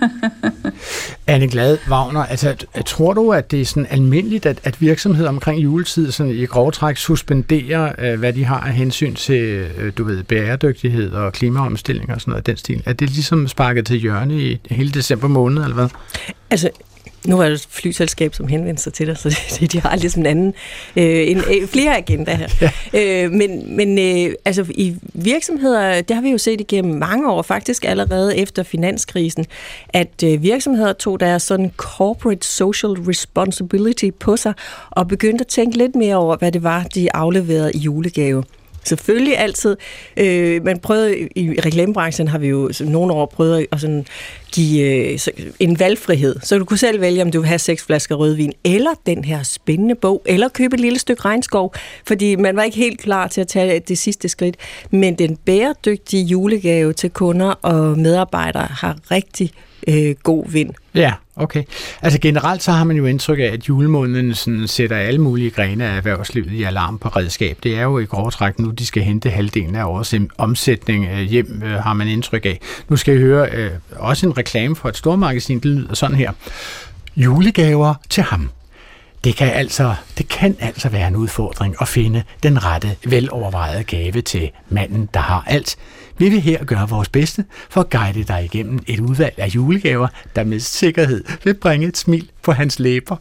Ja. Anne Glad Wagner, altså, tror du, at det er sådan almindeligt, at, at virksomheder omkring juletid sådan i grove træk suspenderer, øh, hvad de har af hensyn til, øh, du ved, bæredygtighed og klimaomstilling og sådan noget af den stil? Er det ligesom sparket til hjørne i hele december måned, eller hvad? Altså, nu er det et flyselskab, som henvender sig til dig, så de, de har ligesom en anden, øh, en, øh, flere agenda her. Ja. Øh, men men øh, altså, i virksomheder, det har vi jo set igennem mange år, faktisk allerede efter finanskrisen, at øh, virksomheder tog deres sådan corporate social responsibility på sig, og begyndte at tænke lidt mere over, hvad det var, de afleverede i julegave. Selvfølgelig altid. Øh, man prøvede, i reklamebranchen har vi jo nogle år prøvet at sådan give øh, en valgfrihed. Så du kunne selv vælge, om du vil have seks flasker rødvin, eller den her spændende bog, eller købe et lille stykke regnskov, fordi man var ikke helt klar til at tage det sidste skridt. Men den bæredygtige julegave til kunder og medarbejdere har rigtig øh, god vind. Ja, okay. Altså generelt så har man jo indtryk af, at julemåneden sådan sætter alle mulige grene af erhvervslivet i alarm på redskab. Det er jo i grove træk nu, de skal hente halvdelen af årets omsætning hjem, har man indtryk af. Nu skal I høre øh, også en reklame for et stormagasin, det lyder sådan her. Julegaver til ham. Det kan, altså, det kan altså være en udfordring at finde den rette, velovervejede gave til manden, der har alt. Vi vil her gøre vores bedste for at guide dig igennem et udvalg af julegaver, der med sikkerhed vil bringe et smil på hans læber.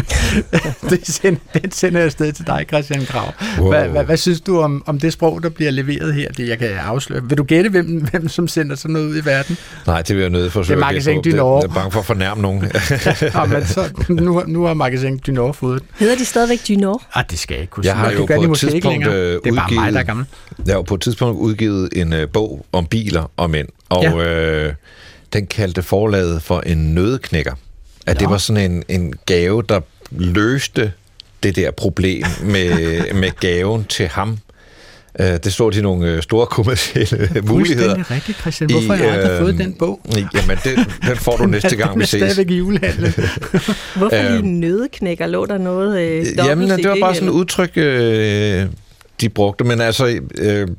det sender, den sender jeg afsted til dig, Christian Krag. Wow. Hvad, hvad, hvad synes du om, om det sprog, der bliver leveret her? Det jeg kan afsløre. Vil du gætte, hvem, hvem som sender sådan noget ud i verden? Nej, det vil jeg nødt til at forsøge. Det er Magasin du Nord. Jeg er bange for at fornærme nogen. ja, men så, nu, nu har Magasin du Nord fået den. Hedder de stadigvæk du Nord? Ah, det skal jeg ikke kunne sige. Jeg har jo på et tidspunkt udgivet, det er bare mig, der er gammel. Jeg har jo på et tidspunkt udgivet en uh, bog om biler og mænd, og ja. øh, den kaldte forlaget for en nøddeknækker. At ja. Det var sådan en, en gave, der løste det der problem med, med gaven til ham. Uh, det stod til nogle store kommercielle muligheder. Det er rigtigt, Christian. Hvorfor I, har jeg aldrig øh, fået den bog? Jamen, den, den får du næste gang, vi ses. Den er stadigvæk i julehandlen. Hvorfor lige nøddeknækker? Lå der noget øh, dobbelt? Jamen, det var bare sådan et udtryk, øh, de brugte. Men altså... Øh,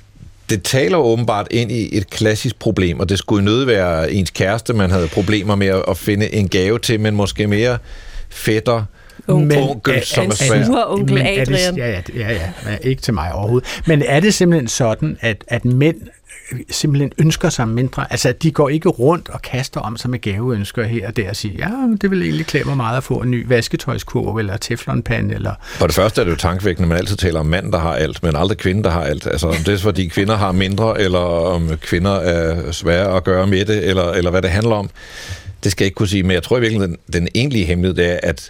det taler åbenbart ind i et klassisk problem, og det skulle nødt være ens kæreste, man havde problemer med at finde en gave til, men måske mere fætter, onkel, onkel som er svær. Onkel Adrian. Det, ja, ja, ja, ja, ikke til mig overhovedet. Men er det simpelthen sådan, at, at mænd simpelthen ønsker sig mindre? Altså, de går ikke rundt og kaster om sig med gaveønsker her og der og siger, ja, det vil egentlig klæde mig meget at få en ny vasketøjskurv eller teflonpande. Eller... For det første er det jo tankevækkende, at man altid taler om mand, der har alt, men aldrig kvinde, der har alt. Altså, om det er fordi kvinder har mindre, eller om kvinder er svære at gøre med det, eller, eller hvad det handler om. Det skal jeg ikke kunne sige, men jeg tror i virkeligheden, den, den egentlige hemmelighed, det er, at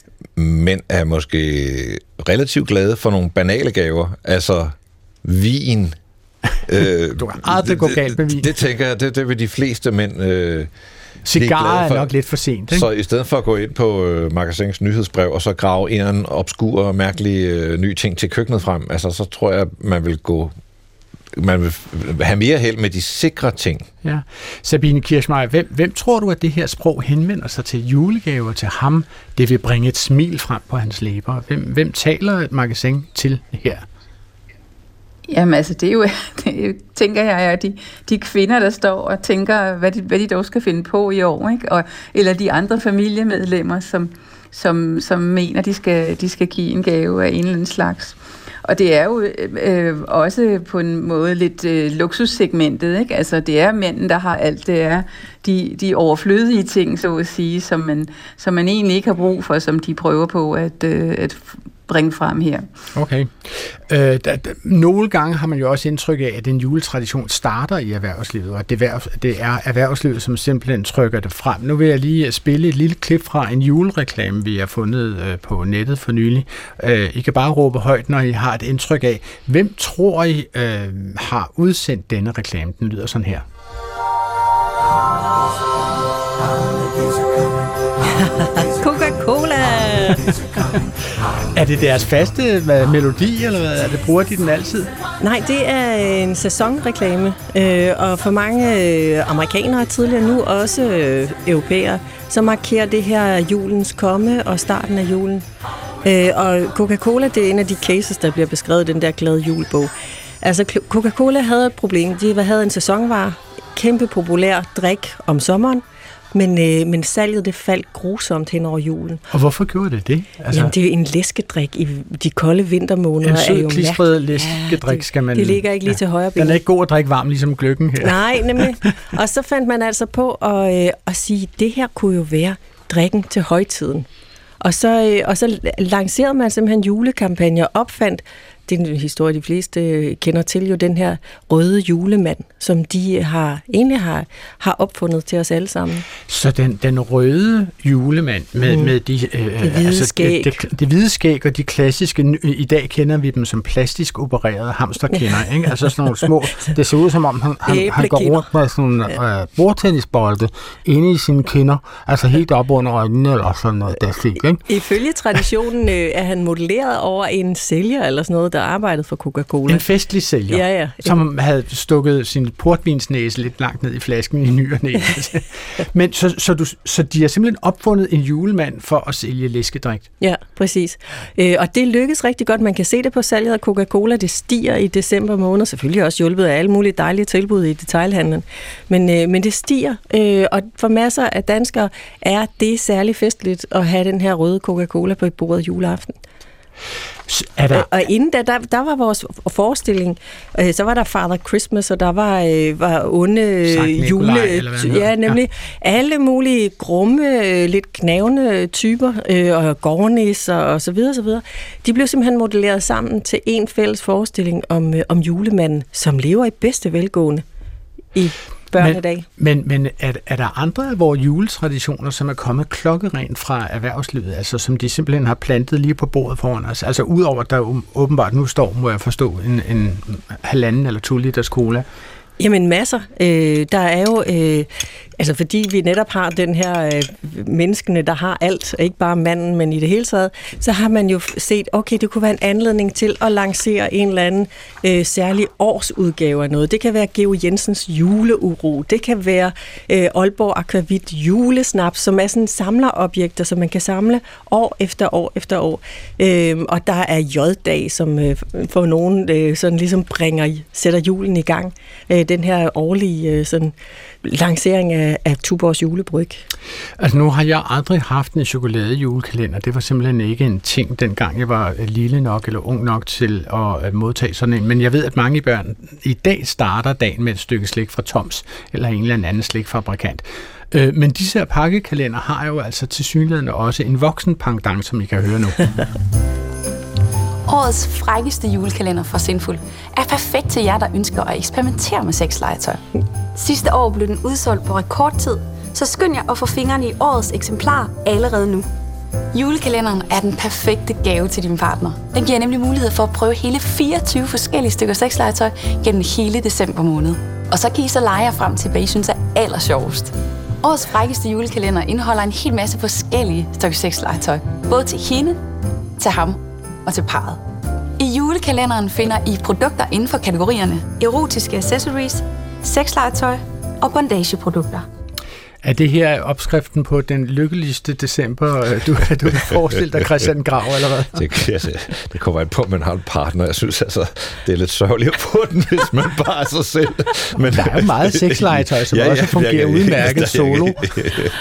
mænd er måske relativt glade for nogle banale gaver. Altså, vin. øh, du kan aldrig gå galt med vin. Det, det tænker jeg, det, det vil de fleste mænd øh, cigarer er nok lidt for sent, ikke? Så i stedet for at gå ind på øh, Magasins nyhedsbrev og så grave en eller anden obskur og mærkelig øh, ny ting til køkkenet frem, altså så tror jeg, man vil gå man vil have mere held med de sikre ting. Ja. Sabine Kirchmeier, hvem, hvem tror du, at det her sprog henvender sig til julegaver til ham? Det vil bringe et smil frem på hans læber. Hvem, hvem taler et magasin til her? Jamen altså, det er jo, det tænker jeg, er de, de kvinder, der står og tænker, hvad de, hvad de dog skal finde på i år, ikke? Og, eller de andre familiemedlemmer, som, som, som mener, de skal, de skal give en gave af en eller anden slags. og det er jo øh, også på en måde lidt øh, luksussegmentet, ikke? Altså, det er mænden, der har alt. Det er de, de overflødige ting, så at sige, som man, som man egentlig ikke har brug for, som de prøver på at, øh, at bringe frem her. Okay. Øh, da, da, nogle gange har man jo også indtryk af, at en juletradition starter i erhvervslivet, og det, det er erhvervslivet, som simpelthen trykker det frem. Nu vil jeg lige spille et lille klip fra en julereklame, vi har fundet øh, på nettet for nylig. Øh, I kan bare råbe højt, når I har et indtryk af, hvem tror I øh, har udsendt denne reklame? Den lyder sådan her. Coca-Cola! Er det deres faste hvad, melodi, eller hvad? Er det, bruger de den altid? Nej, det er en sæsonreklame, øh, og for mange øh, amerikanere tidligere nu også øh, europæere, så markerer det her julens komme og starten af julen. Øh, og Coca-Cola, det er en af de cases, der bliver beskrevet i den der glade julebog. Altså, Coca-Cola havde et problem. De havde en sæsonvare, kæmpe populær drik om sommeren, Men, øh, men salget det faldt grusomt hen over julen. Og hvorfor gjorde det det? Altså, Jamen, det er jo en læskedrik i de kolde vintermåneder. En sød, klistret læskedrik skal man... Det ligger ikke lige ja. til højre ben. Den er ikke god at drikke varm, ligesom gløggen her. Nej, nemlig. Og så fandt man altså på at, øh, at sige, at det her kunne jo være drikken til højtiden. Og så, øh, og så lancerede man simpelthen julekampagner og opfandt, det er en historie, de fleste kender til, jo den her røde julemand, som de har, egentlig har, har opfundet til os alle sammen. Så den, den røde julemand med, mm. med de, øh, det, hvide altså, skæg. Det, det, det hvide skæg og de klassiske, i dag kender vi dem som plastisk opererede hamsterkinder, ikke? Altså sådan nogle små, det ser ud som om han, han, han går rundt med sådan en øh, bordtennisbolde inde i sine kinder, altså helt op under øjnene eller sådan noget der fik, ikke? Ifølge traditionen øh, er han modelleret over en sælger eller sådan noget, der arbejdede for Coca-Cola. En festlig sælger, ja, ja. som havde stukket sin portvinsnæse lidt langt ned i flasken i ny og næ. Men så, så, du, så de har simpelthen opfundet en julemand for at sælge læskedrik? Ja, præcis. Øh, og det lykkes rigtig godt. Man kan se det på salget af Coca-Cola. Det stiger i december måned. Selvfølgelig også hjulpet af alle mulige dejlige tilbud i detailhandlen. Men, øh, men det stiger. Øh, og for masser af danskere er det særlig festligt at have den her røde Coca-Cola på bordet juleaften. Der... Og inden da, der, der var vores forestilling, øh, så var der Father Christmas, og der var, øh, var onde øh, jule... Ja, nemlig ja. alle mulige grumme, øh, lidt knævende typer, øh, og gårdnisser og så videre, så videre. De blev simpelthen modelleret sammen til en fælles forestilling om, øh, om julemanden, som lever i bedste velgående i børnedag. Men, men, men er, er der andre af vores juletraditioner, som er kommet klokkerent fra erhvervslivet, altså som de simpelthen har plantet lige på bordet foran os? Altså udover, at der åbenbart nu står, må jeg forstå, en, en halvanden eller to liters cola. Jamen masser. Øh, der er jo, øh, altså fordi vi netop har den her øh, menneskene, der har alt, ikke bare manden, men i det hele taget, så har man jo set, okay, det kunne være en anledning til at lancere en eller anden øh, særlig årsudgave af noget. Det kan være Geo Jensens juleuro, det kan være øh, Aalborg Aquavit julesnaps, som er sådan samlerobjekter, som man kan samle år efter år efter år. Øh, og der er J-dag, som øh, for nogen øh, sådan ligesom bringer, sætter julen i gang. Øh, den her årlige sådan, lancering af, af Tuborgs julebryg. Altså nu har jeg aldrig haft en chokoladejulekalender. Det var simpelthen ikke en ting, dengang jeg var lille nok eller ung nok til at modtage sådan en. Men jeg ved, at mange børn i dag starter dagen med et stykke slik fra Toms eller en eller anden slikfabrikant. Men disse her pakkekalender har jo altså tilsyneladende også en voksen pendant, som I kan høre nu. Årets frækkeste julekalender fra Sinful er perfekt til jer, der ønsker at eksperimentere med sexlegetøj. Sidste år blev den udsolgt på rekordtid, så skynd jer at få fingrene i årets eksemplar allerede nu. Julekalenderen er den perfekte gave til din partner. Den giver nemlig mulighed for at prøve hele fireogtyve forskellige stykker sexlegetøj gennem hele december måned. Og så kan I så lege jer frem til, hvad I synes er allersjovest. Årets frækkeste julekalender indeholder en hel masse forskellige stykker sexlegetøj, både til hende, til ham og til parret. I julekalenderen finder I produkter inden for kategorierne erotiske accessories, sexlegetøj og bondageprodukter. Er det her opskriften på den lykkeligste december, du, du kan forestille dig, Christian Grav, eller hvad? Det, altså, det kommer an på, at man har en partner. Jeg synes altså, det er lidt sørgeligt på den, hvis man bare er sig selv. Men der er jo meget sexlegetøj, som ja, også ja, fungerer ja, udmærket solo.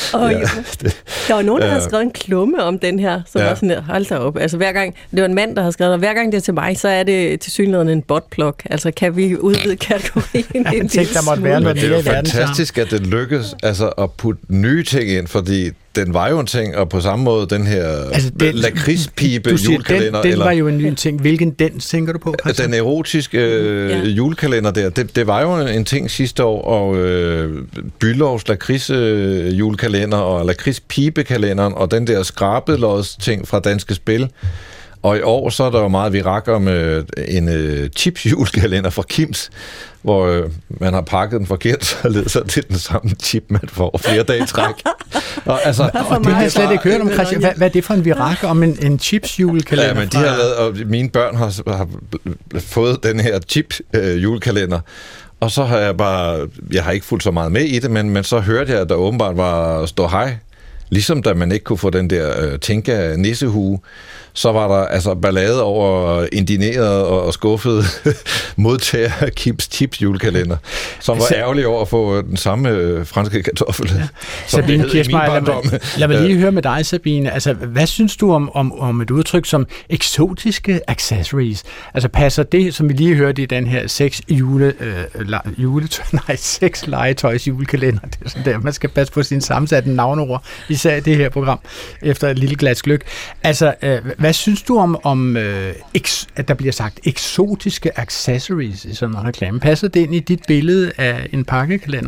Og ja. Der var nogen, der havde skrevet en klumme om den her, som ja. var sådan der, hold da op. Altså hver gang, det var en mand, der havde skrevet, og hver gang det er til mig, så er det tilsyneladende en botplug. Altså kan vi udvide kategorien? Ja, jeg tænkte, der måtte være noget mere i verden. Det er jo fantastisk, at det lykkes altså, at putte nye ting ind, fordi den var jo en ting, og på samme måde den her altså lakridspibe julekalender. Den, den eller, var jo en ny ting. Hvilken den tænker du på? Christian? Den erotiske øh, ja. julekalender der, det, det var jo en ting sidste år, og øh, Bülows lakrids øh, julekalender, og lakridspibekalenderen, og den der skrabelåds ting fra Danske Spil. Og i år så er der jo meget virak om øh, en øh, chips julekalender fra Kims, hvor øh, man har pakket den forkert, så leder sig til den samme chip, man får flere dage i træk. Og, altså, og det har jeg slet ikke hørt om, Christian. Hvad, hvad er det for en virak om en, en chips julekalender? Ja, men de har lavet, og mine børn har, har fået den her chip øh, julekalender. Og så har jeg bare, jeg har ikke fulgt så meget med i det, men, men så hørte jeg, at der åbenbart var stå hej. Ligesom da man ikke kunne få den der øh, Tinka nissehue, så var der altså ballade over indigneret og skuffet modtager af Kims Chips julekalender, som var ærgerlig over at få den samme øh, franske kartoffel. Ja. Sabine Kirchmeier, lad, lad mig lige høre med dig, Sabine. Altså, hvad synes du om, om, om et udtryk som eksotiske accessories? Altså, passer det, som vi lige hørte i den her seks jule, øh, la, juletøj, nej, seks legetøjs julekalender, det er sådan der, man skal passe på sine sammensatte navneord, især i det her program, efter et lille glas gløgg. Altså, øh, hvad synes du om, om øh, eks, at der bliver sagt eksotiske accessories i sådan en reklame? Passer det ind i dit billede af en pakkekalender?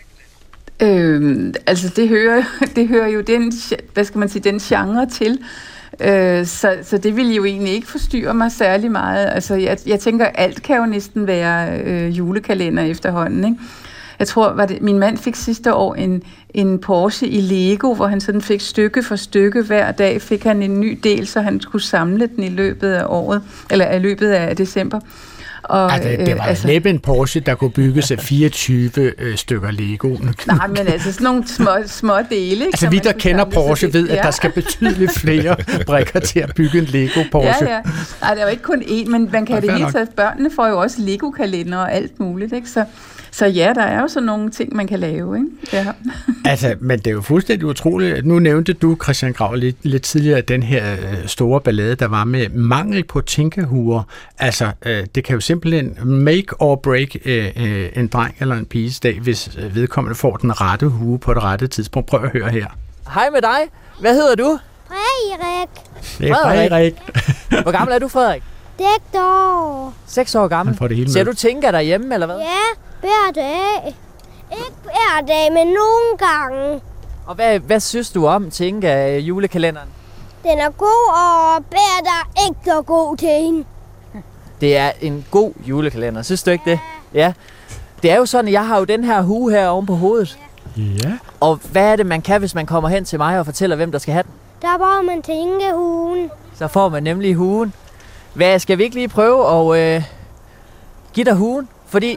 Øh, altså, det hører, det hører jo den, hvad skal man sige, den genre til. Øh, så, så det vil jo egentlig ikke forstyrre mig særlig meget. Altså, jeg, jeg tænker, alt kan jo næsten være øh, julekalender efterhånden, ikke? Jeg tror, var det, min mand fik sidste år en, en Porsche i Lego, hvor han sådan fik stykke for stykke hver dag, fik han en ny del, så han skulle samle den i løbet af året, eller i løbet af december. Og, altså, det var øh, altså, næppe en Porsche, der kunne bygges af fireogtyve øh, stykker Lego. Nej, men altså sådan nogle små, små dele. Altså vi, der kender Porsche, ved, at ja. der skal betydeligt flere brikker til at bygge en Lego Porsche. Ja, ja. Nej, der er jo ikke kun én, men man kan ja, det hele taget. Børnene får jo også Lego-kalender og alt muligt, ikke? Så Så ja, der er jo sådan nogle ting, man kan lave, ikke? Ja. Altså, men det er jo fuldstændig utroligt. Nu nævnte du, Christian Grau, lidt, lidt tidligere, den her store ballade, der var med mangel på tinkahuer. Altså, øh, det kan jo simpelthen make or break øh, øh, en dreng eller en piges dag, hvis vedkommende får den rette hue på det rette tidspunkt. Prøv at høre her. Hej med dig. Hvad hedder du? Frederik. Det er Frederik. Hvor gammel er du, Frederik? Seks år. Seks år gammel. Ser du Tinka derhjemme, eller hvad? Ja, hver dag. Ikke hver dag, men nogle gange. Og hvad, hvad synes du om Tinka julekalenderen? Den er god, og Bær der ikke så god til hende. Det er en god julekalender, synes du ikke det? Ja. Det er jo sådan, at jeg har jo den her hue her oven på hovedet. Ja. Og hvad er det, man kan, hvis man kommer hen til mig og fortæller, hvem der skal have den? Der får man Tinka-huen. Så får man nemlig huen. Hvad, skal vi ikke lige prøve at øh, give dig huen? Fordi...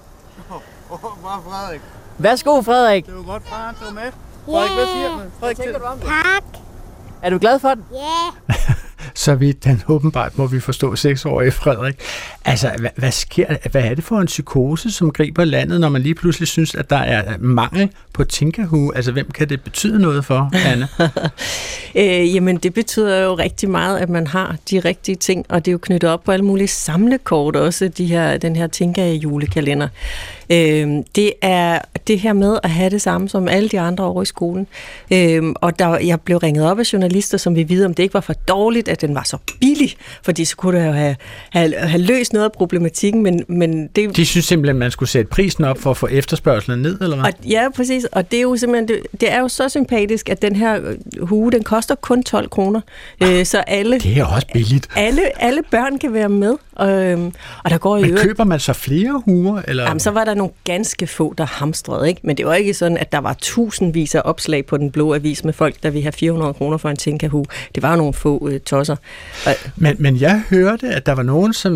Hvor Frederik? Værsgo, Frederik. Det var godt, far, du er med. Frederik, hvad siger du? Frederik, hvad tænker du om det? Tak. Er du glad for den? Ja. Så vidt den åbenbart, må vi forstå, seksårige Frederik. Altså, hvad, hvad sker Hvad er det for en psykose, som griber landet, når man lige pludselig synes, at der er mangel på Tinka-hue? Altså, hvem kan det betyde noget for, Anne? øh, jamen, det betyder jo rigtig meget, at man har de rigtige ting, og det er jo knyttet op på alle mulige samlekort også, de her, den her Tinka-julekalender. Øh, det er det her med at have det samme som alle de andre over i skolen. Øh, og der, jeg blev ringet op af journalister, som vil vide, om det ikke var for dårligt, at den var så billig, fordi så kunne det jo have, have, have løst noget af problematikken, men, men det... De synes simpelthen, man skulle sætte prisen op for at få efterspørgselen ned, eller hvad? Og, ja, præcis, og det er jo simpelthen, det, det er jo så sympatisk, at den her hue, den koster kun tolv kroner, øh, så alle... Det er også billigt. Alle, alle børn kan være med, og, og der går jo... Men køber man så flere huer, eller... Jamen, så var der nogle ganske få, der hamstrede, ikke? Men det var ikke sådan, at der var tusindvis af opslag på den blå avis med folk, der ville have fire hundrede kroner for en Tinka-hue. Det var jo nogle få øh, tosser. Og... Men, men jeg hørte, at der var nogen, som fik en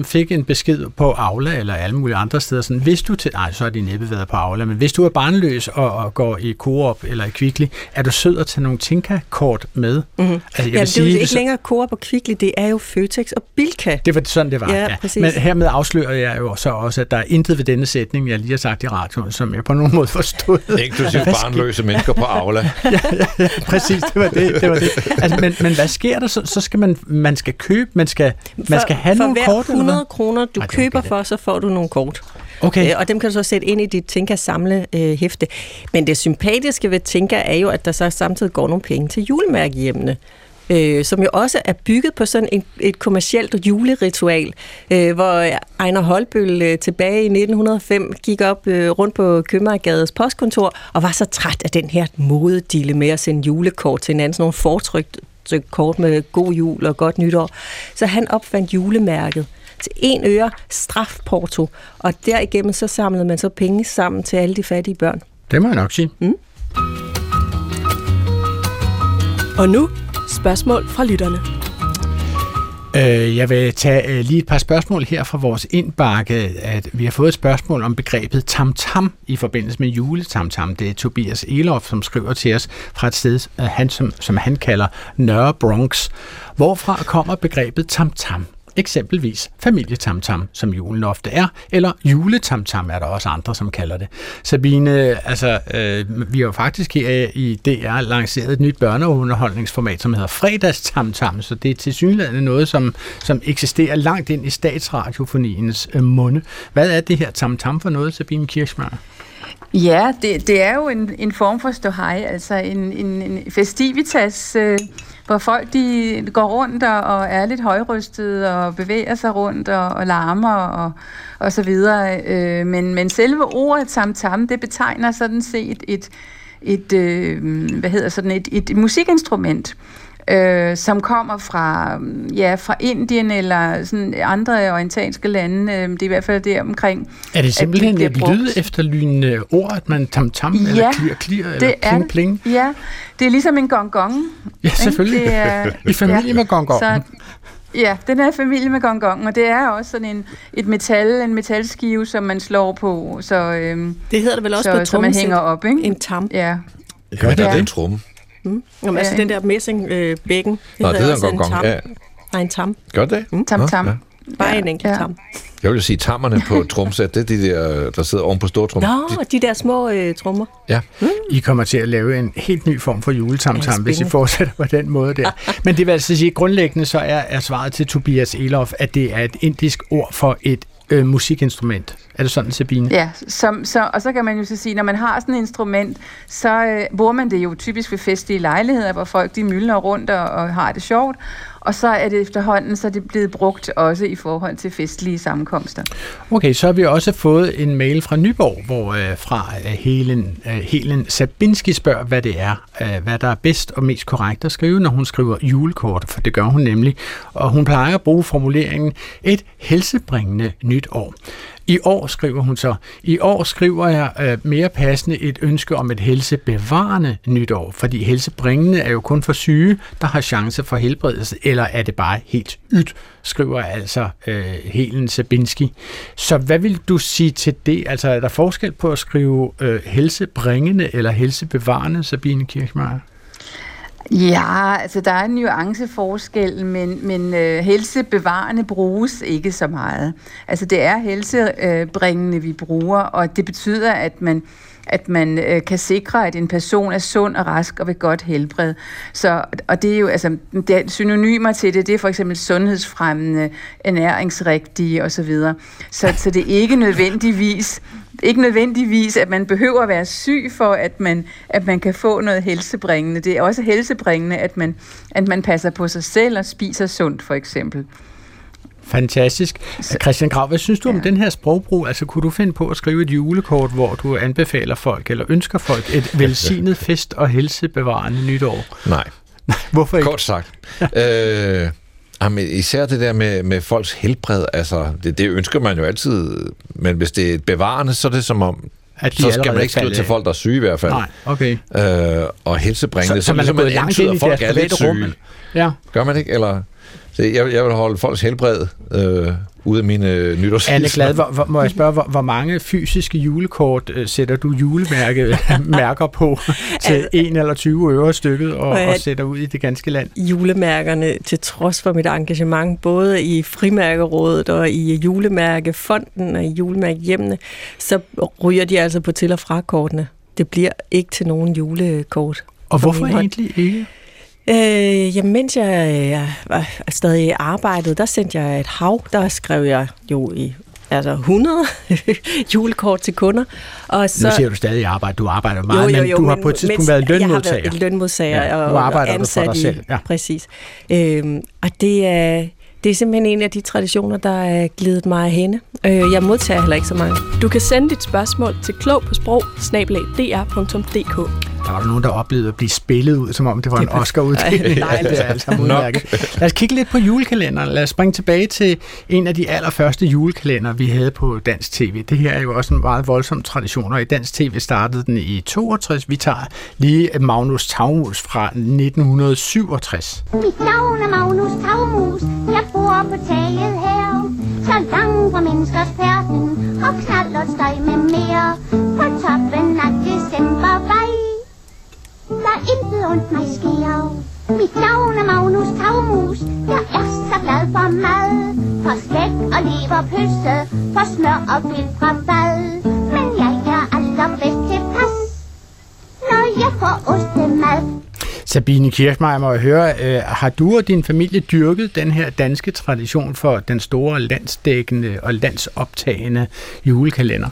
besked på Aula eller alle mulige andre steder, sådan, hvis du til, nej, så er de næppe været på Aula, men hvis du er barnløs og, og går i Coop eller i Kvickly, er du sød at tage nogle Tinka-kort med? Mm-hmm. Altså, jeg ja, vil sige, det er jo ikke så, længere Coop og Kvickly, det er jo Føtex og Bilka. Det var sådan, det var. Ja, ja. præcis. Men hermed afslører jeg jo så også, at der er intet ved denne sætning, jeg lige har sagt i radioen, som jeg på nogen måde forstod. Inklusive barnløse mennesker på Aula. ja, ja, ja, præcis, det var det. det, var det. Altså, men, men hvad sker der så? Så skal man, man skal købe, man skal, man skal have for nogle kort? For hver hundrede kroner, du Ej, køber for, så får du nogle kort. Okay. Øh, og dem kan du så sætte ind i dit Tinka samle øh, hæfte. Men det sympatiske ved Tinka er jo, at der så samtidig går nogle penge til julemærkehjemmene. Øh, som jo også er bygget på sådan en, et kommercielt juleritual, øh, hvor Ejner Holbøl øh, tilbage i nitten hundrede og fem gik op øh, rundt på Købmagergades postkontor og var så træt af den her modedille med at sende julekort til hinanden, sådan nogle fortrykt kort med god jul og godt nytår. Så han opfandt julemærket til en øre strafporto, og derigennem så samlede man så penge sammen til alle de fattige børn. Det må jeg nok sige. Mm. Og nu spørgsmål fra lytterne. Jeg vil tage lige et par spørgsmål her fra vores indbakke. At vi har fået et spørgsmål om begrebet tamtam i forbindelse med juletamtam. Det er Tobias Elof, som skriver til os fra et sted, han, som, som han kalder Nørre Bronx. Hvorfra kommer begrebet tamtam? Eksempelvis familietamtam, som julen ofte er, eller juletamtam er der også andre, som kalder det. Sabine, altså, øh, vi har jo faktisk her i D R lanceret et nyt børneunderholdningsformat, som hedder fredagstamtam, så det er tilsyneladende noget, som, som eksisterer langt ind i statsradiofoniens øh, munde. Hvad er det her tamtam for noget, Sabine Kirchmeier? Ja, det, det er jo en, en form for ståhej, altså en, en, en festivitas, øh, hvor folk de går rundt og, og er lidt højrystede og bevæger sig rundt og, og larmer og, og så videre. Øh, men, men selve ordet tamtam, det betegner sådan set et, et, øh, hvad hedder sådan et, et musikinstrument, Øh, som kommer fra, ja, fra Indien eller sådan andre orientalske lande. Øh, det er i hvert fald der omkring. Er det simpelthen et lyd efterlynende ord, at man tam-tam ja, eller klir-klir eller pling-pling? Ja, det er ligesom en gong-gong. Ja, selvfølgelig. Det er, I familie ja, med gong-gongen. Ja, den er i familie med gong-gongen, og det er også sådan en, et metal, en metalskive, som man slår på. Så, øhm, det hedder det vel også så, på så man hænger op, ikke? En tam. Ja. Ja, det er en tromme. Mm. Jamen, altså den der messingbækken. Øh, Nå, det hedder en gong-gong. Ja. Nej, en tam. Gør det? Mm. Tam-tam. Ja. Bare en enkelt ja. tam. Jeg vil sige, tammerne på tromsæt, det er de der, der sidder oven på store trommer. Nå, de, de der små øh, trommer. Ja. Mm. I kommer til at lave en helt ny form for juletamtam, hvis I fortsætter på den måde der. Men det vil altså sige, grundlæggende så er, er svaret til Tobias Elof, at det er et indisk ord for et øh, musikinstrument. Er det sådan, Sabine? Ja, som, så, og så kan man jo så sige, når man har sådan et instrument, så øh, bruger man det jo typisk ved festlige lejligheder, hvor folk de myldrer rundt og, og har det sjovt. Og så er det efterhånden, så er det blevet brugt også i forhold til festlige sammenkomster. Okay, så har vi også fået en mail fra Nyborg, hvor øh, fra øh, Helen, øh, Helen Sabinski spørger, hvad det er, øh, hvad der er bedst og mest korrekt at skrive, når hun skriver julekort, for det gør hun nemlig. Og hun plejer at bruge formuleringen et helsebringende nyt år. I år, skriver hun så, i år skriver jeg øh, mere passende et ønske om et helsebevarende nytår, fordi helsebringende er jo kun for syge, der har chance for helbredelse, eller er det bare helt ydt, skriver altså øh, Helen Sabinski. Så hvad vil du sige til det? Altså er der forskel på at skrive øh, helsebringende eller helsebevarende, Sabine Kirchmeier? Ja, altså der er en nuanceforskel, men, men øh, helsebevarende bruges ikke så meget. Altså det er helsebringende, vi bruger, og det betyder, at man at man øh, kan sikre, at en person er sund og rask og ved godt helbred. Så, og det er jo, altså, det er synonymer til det, det er for eksempel sundhedsfremmende, ernæringsrigtige osv. Så, så det er ikke nødvendigvis, ikke nødvendigvis, at man behøver at være syg for, at man, at man kan få noget helsebringende. Det er også helsebringende, at man, at man passer på sig selv og spiser sundt, for eksempel. Fantastisk. Christian Grav, hvad synes du om ja. den her sprogbrug? Altså, kunne du finde på at skrive et julekort, hvor du anbefaler folk, eller ønsker folk, et velsignet fest- og helsebevarende nytår? Nej. Hvorfor ikke? Kort sagt. øh, jamen, især det der med, med folks helbred, altså, det, det ønsker man jo altid, men hvis det er bevarende, så er det som om, så skal man ikke skrive til folk, der er syge i hvert fald. Nej, okay. Øh, og helsebringende, så, så man, ligesom er gået langt ind i folk deres private rum. Ja. Gør man ikke? Eller... Så jeg, jeg vil holde folks helbred øh, ude af mine øh, nytårshisler. Anne Glad, hvor, hvor, må jeg spørge, hvor, hvor mange fysiske julekort øh, sætter du julemærker på til en eller tyve øre stykket og, og sætter ud i det ganske land? Julemærkerne, til trods for mit engagement, både i Frimærkerådet og i Julemærkefonden og i Julemærkehjemmene, så ryger de altså på til- og frakortene. Det bliver ikke til nogen julekort. Og hvorfor egentlig ikke? Øh, jamen, mens jeg, jeg var stadig i arbejdet, der sendte jeg et hav. Der skrev jeg jo i altså hundrede julekort til kunder. Og så, nu siger du stadig i arbejde. Du arbejder meget, jo, jo, jo, men du har men, på et tidspunkt været lønmodtager. Jeg har været lønmodtager ja, og, nu arbejder og ansat du for dig selv. Ja. I, præcis. Øhm, og det er... Det er simpelthen en af de traditioner, der er glidet mig af hende. Jeg modtager heller ikke så mange. Du kan sende dit spørgsmål til klog på sprog snabel-a d r punktum d k. Der var der nogen, der oplevede at blive spillet ud, som om det var en Oscar-uddeling. Nej, det er altså udmærket. Lad os kigge lidt på julekalenderen. Lad os springe tilbage til en af de allerførste julekalender, vi havde på dansk tv. Det her er jo også en meget voldsom tradition, og i dansk tv startede den i toogtres. Vi tager lige Magnus Tavmus fra nitten syvogtres. Mit navn er Magnus Tavmus. Jeg bor på taget her. Så langt fra menneskers færden og knald og støj med mere. På toppen af decembervej. Der intet ondt mig sker. Mit navn er Magnus Tavmus. Jeg er så glad for mad. For skæg og leverpølse. For smør og fedt fra bad. Men jeg er allerbedst tilpas, når jeg får ostemad. Sabine Kirchmeier, må jeg høre, øh, har du og din familie dyrket den her danske tradition for den store landsdækkende og landsoptagende julekalender?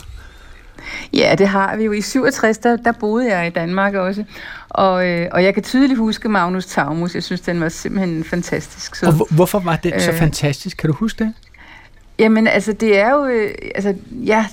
Ja, det har vi jo. I syvogtres, der, der boede jeg i Danmark også, og, øh, og jeg kan tydeligt huske Magnus Tavmus. Jeg synes, den var simpelthen fantastisk. Så, og h- hvorfor var den så øh, fantastisk? Kan du huske det? Jamen, altså, det er jo... Øh, altså, ja...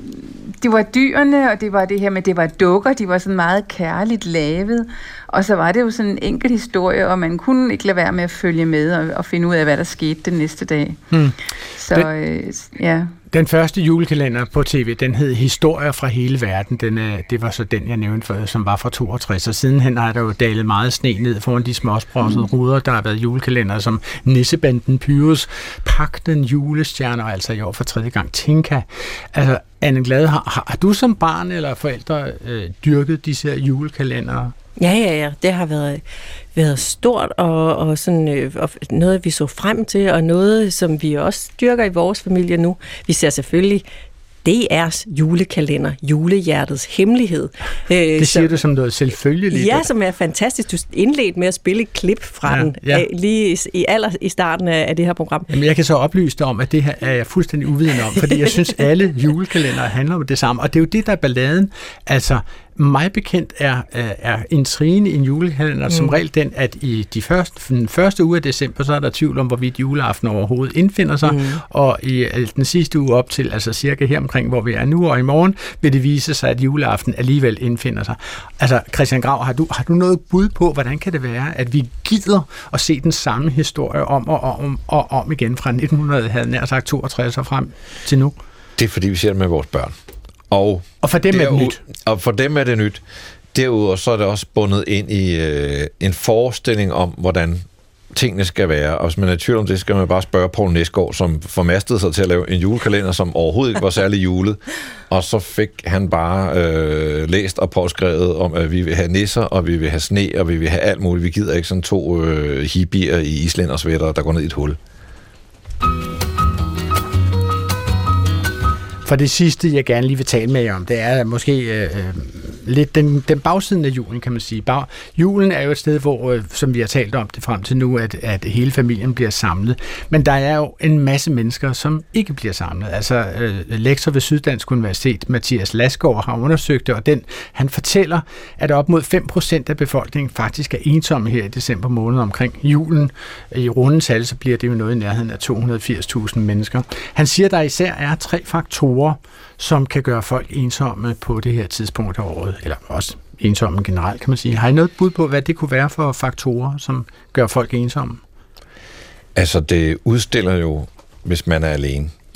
Det var dyrene, og det var det her med, det var dukker, de var sådan meget kærligt lavet, og så var det jo sådan en enkelt historie, og man kunne ikke lade være med at følge med og, og finde ud af, hvad der skete den næste dag. Hmm. Så den, øh, ja. Den første julekalender på tv, den hed Historier fra hele verden. Den, øh, det var så den, jeg nævnte for, som var fra toogtres, og sidenhen har der jo dalet meget sne ned foran de småsprossede hmm. ruder. Der har været julekalender som Nissebanden, Pyrus, Pagten, Julestjerner, altså i år for tredje gang Tinka. Altså, Anne Glad, har, har, har du som barn eller forældre øh, dyrket disse julekalendere? Ja, ja, ja. Det har været, været stort og, og sådan, øh, og noget, vi så frem til, og noget, som vi også dyrker i vores familie nu. Vi ser selvfølgelig D R's julekalender, Julehjertets Hemmelighed. Det siger som, du som noget selvfølgeligt. Ja, som er fantastisk. Du indledte med at spille et klip fra ja, den, ja. lige i, i, aller, i starten af, af det her program. Jamen, jeg kan så oplyse dig om, at det her er jeg fuldstændig uvidende om, fordi jeg synes, alle julekalendere handler om det samme, og det er jo det, der er balladen. Altså, mig bekendt er, er intrigen i en julekalender mm. som regel den, at i de første, den første uge af december, så er der tvivl om, hvorvidt juleaften overhovedet indfinder sig, mm. og i den sidste uge op til, altså cirka her omkring, hvor vi er nu, og i morgen, vil det vise sig, at juleaften alligevel indfinder sig. Altså, Christian Grau, har du, har du noget bud på, hvordan kan det være, at vi gider at se den samme historie om og om og om igen fra nitten hundrede, havde nær sagt toogtres og frem til nu? Det er, fordi vi ser det med vores børn. Og, og for dem er det nyt. Og for dem er det nyt. Derudover så er det også bundet ind i øh, en forestilling om, hvordan tingene skal være. Og hvis man er i tvivl om det, skal man bare spørge Poul Næsgaard, som formastede sig til at lave en julekalender, som overhovedet ikke var særlig julet. Og så fik han bare øh, læst og påskrevet om, at vi vil have nisser, og vi vil have sne, og vi vil have alt muligt. Vi gider ikke sådan to øh, hippier i islændersvætter, der går ned i et hul. For det sidste, jeg gerne lige vil tale med jer om, det er måske øh, lidt den, den bagsiden af julen, kan man sige. Bag, julen er jo et sted, hvor, øh, som vi har talt om det frem til nu, at, at hele familien bliver samlet. Men der er jo en masse mennesker, som ikke bliver samlet. Altså, øh, lektor ved Syddansk Universitet, Mathias Lasgaard, har undersøgt det, og den, han fortæller, at op mod fem procent af befolkningen faktisk er ensomme her i december måned omkring julen. I rundetal, så bliver det jo noget i nærheden af to hundrede og firs tusind mennesker. Han siger, at der især er tre faktorer, som kan gøre folk ensomme på det her tidspunkt af året, eller også ensomme generelt, kan man sige. Har I noget bud på, hvad det kunne være for faktorer, som gør folk ensomme? Altså, det udstiller jo, hvis man er alene.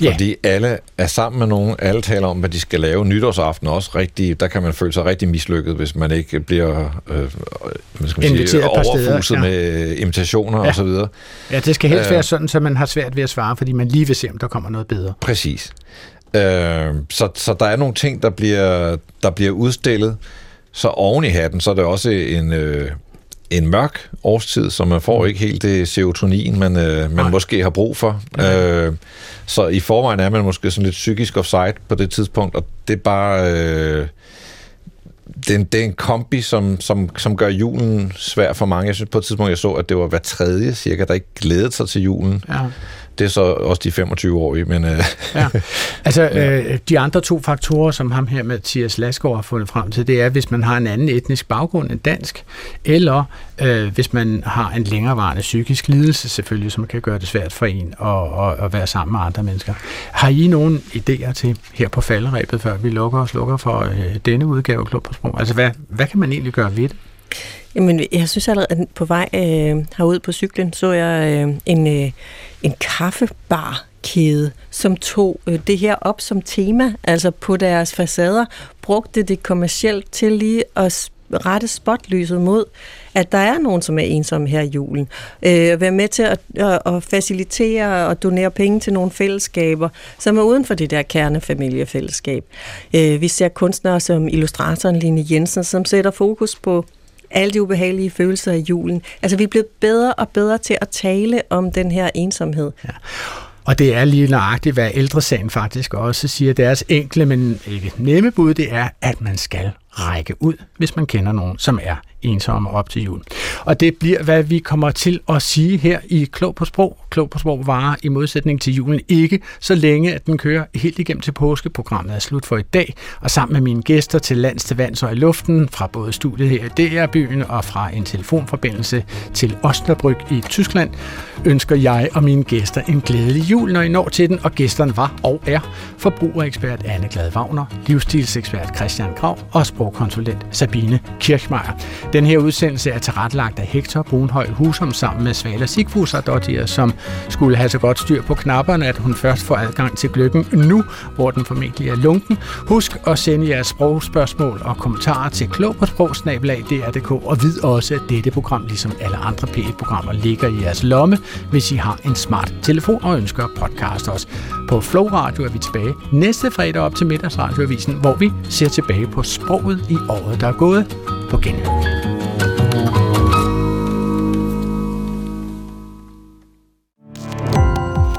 Yeah. Fordi alle er sammen med nogen, alle taler om, hvad de skal lave. Nytårsaften også rigtig, der kan man føle sig rigtig mislykket, hvis man ikke bliver øh, hvad skal man sige, overfuset ja. med invitationer ja. og så videre. Ja, det skal helst være sådan, så man har svært ved at svare, fordi man lige vil se, om der kommer noget bedre. Præcis. Øh, så, så der er nogle ting, der bliver, der bliver udstillet. Så oven i hatten, så er det også en... Øh, en mørk årstid, så man får ikke helt det serotonin, man, øh, man måske har brug for. Øh, så i forvejen er man måske sådan lidt psykisk offside på det tidspunkt, og det er bare... Øh, det, er en, det er en kombi, som, som, som gør julen svær for mange. Jeg synes på et tidspunkt, jeg så, at det var hver tredje cirka, der ikke glædede sig til julen. Ja. Det er så også de femogtyve-årige, men... Øh, ja. Altså, øh, de andre to faktorer, som ham her, Mathias Lasgaard, har fundet frem til, det er, hvis man har en anden etnisk baggrund end dansk, eller øh, hvis man har en længerevarende psykisk lidelse, selvfølgelig, som kan gøre det svært for en at, at, at være sammen med andre mennesker. Har I nogle idéer til her på falderebet, før vi lukker og slukker for øh, denne udgave Klog på Sprog? Altså, hvad, hvad kan man egentlig gøre ved det? Jamen, jeg synes allerede, at på vej øh, herud på cyklen, så jeg øh, en, øh, en kaffebarkæde, som tog øh, det her op som tema, altså på deres facader, brugte det kommercielt til lige at rette spotlyset mod, at der er nogen, som er ensomme her i julen. Øh, være med til at, at, at facilitere og donere penge til nogle fællesskaber, som er uden for det der kernefamiliefællesskab. Øh, vi ser kunstnere som illustratoren Line Jensen, som sætter fokus på alle de ubehagelige følelser i julen. Altså, vi er blevet bedre og bedre til at tale om den her ensomhed. Ja. Og det er lige nøjagtigt, hvad Ældresagen faktisk også siger. Deres enkle, men ikke nemme bud, det er, at man skal række ud, hvis man kender nogen, som er ensomme op til jul. Og det bliver, hvad vi kommer til at sige her i Klog på Sprog. Klog på Sprog varer i modsætning til julen ikke så længe, at den kører helt igennem til påskeprogrammet er slut for i dag. Og sammen med mine gæster til lands, til vands og i luften, fra både studiet her i D R-byen og fra en telefonforbindelse til Osnabrück i Tyskland, ønsker jeg og mine gæster en glædelig jul, når I når til den. Og gæsterne var og er forbrugerekspert Anne Glad Wagner, livsstilsekspert Christian Grav og sprogkonsulent Sabine Kirchmeier. Den her udsendelse er tilrettelagt af Hector Brunhøj Husum sammen med Svala Sigfusardottir, som skulle have så godt styr på knapperne, at hun først får adgang til gløggen nu, hvor den formentlig er lunken. Husk at sende jeres sprogspørgsmål og kommentarer til klog på sprog snabel-a d r punktum d k, og vid også, at dette program, ligesom alle andre P et-programmer, ligger i jeres lomme, hvis I har en smart telefon og ønsker at podcaste os. På Flow Radio er vi tilbage næste fredag op til Middagsradioavisen, hvor vi ser tilbage på sproget i året, der er gået. På genhør.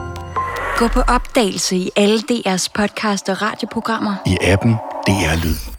Gå på opdagelse i alle D R's podcast og radioprogrammer. I appen D R Lyd.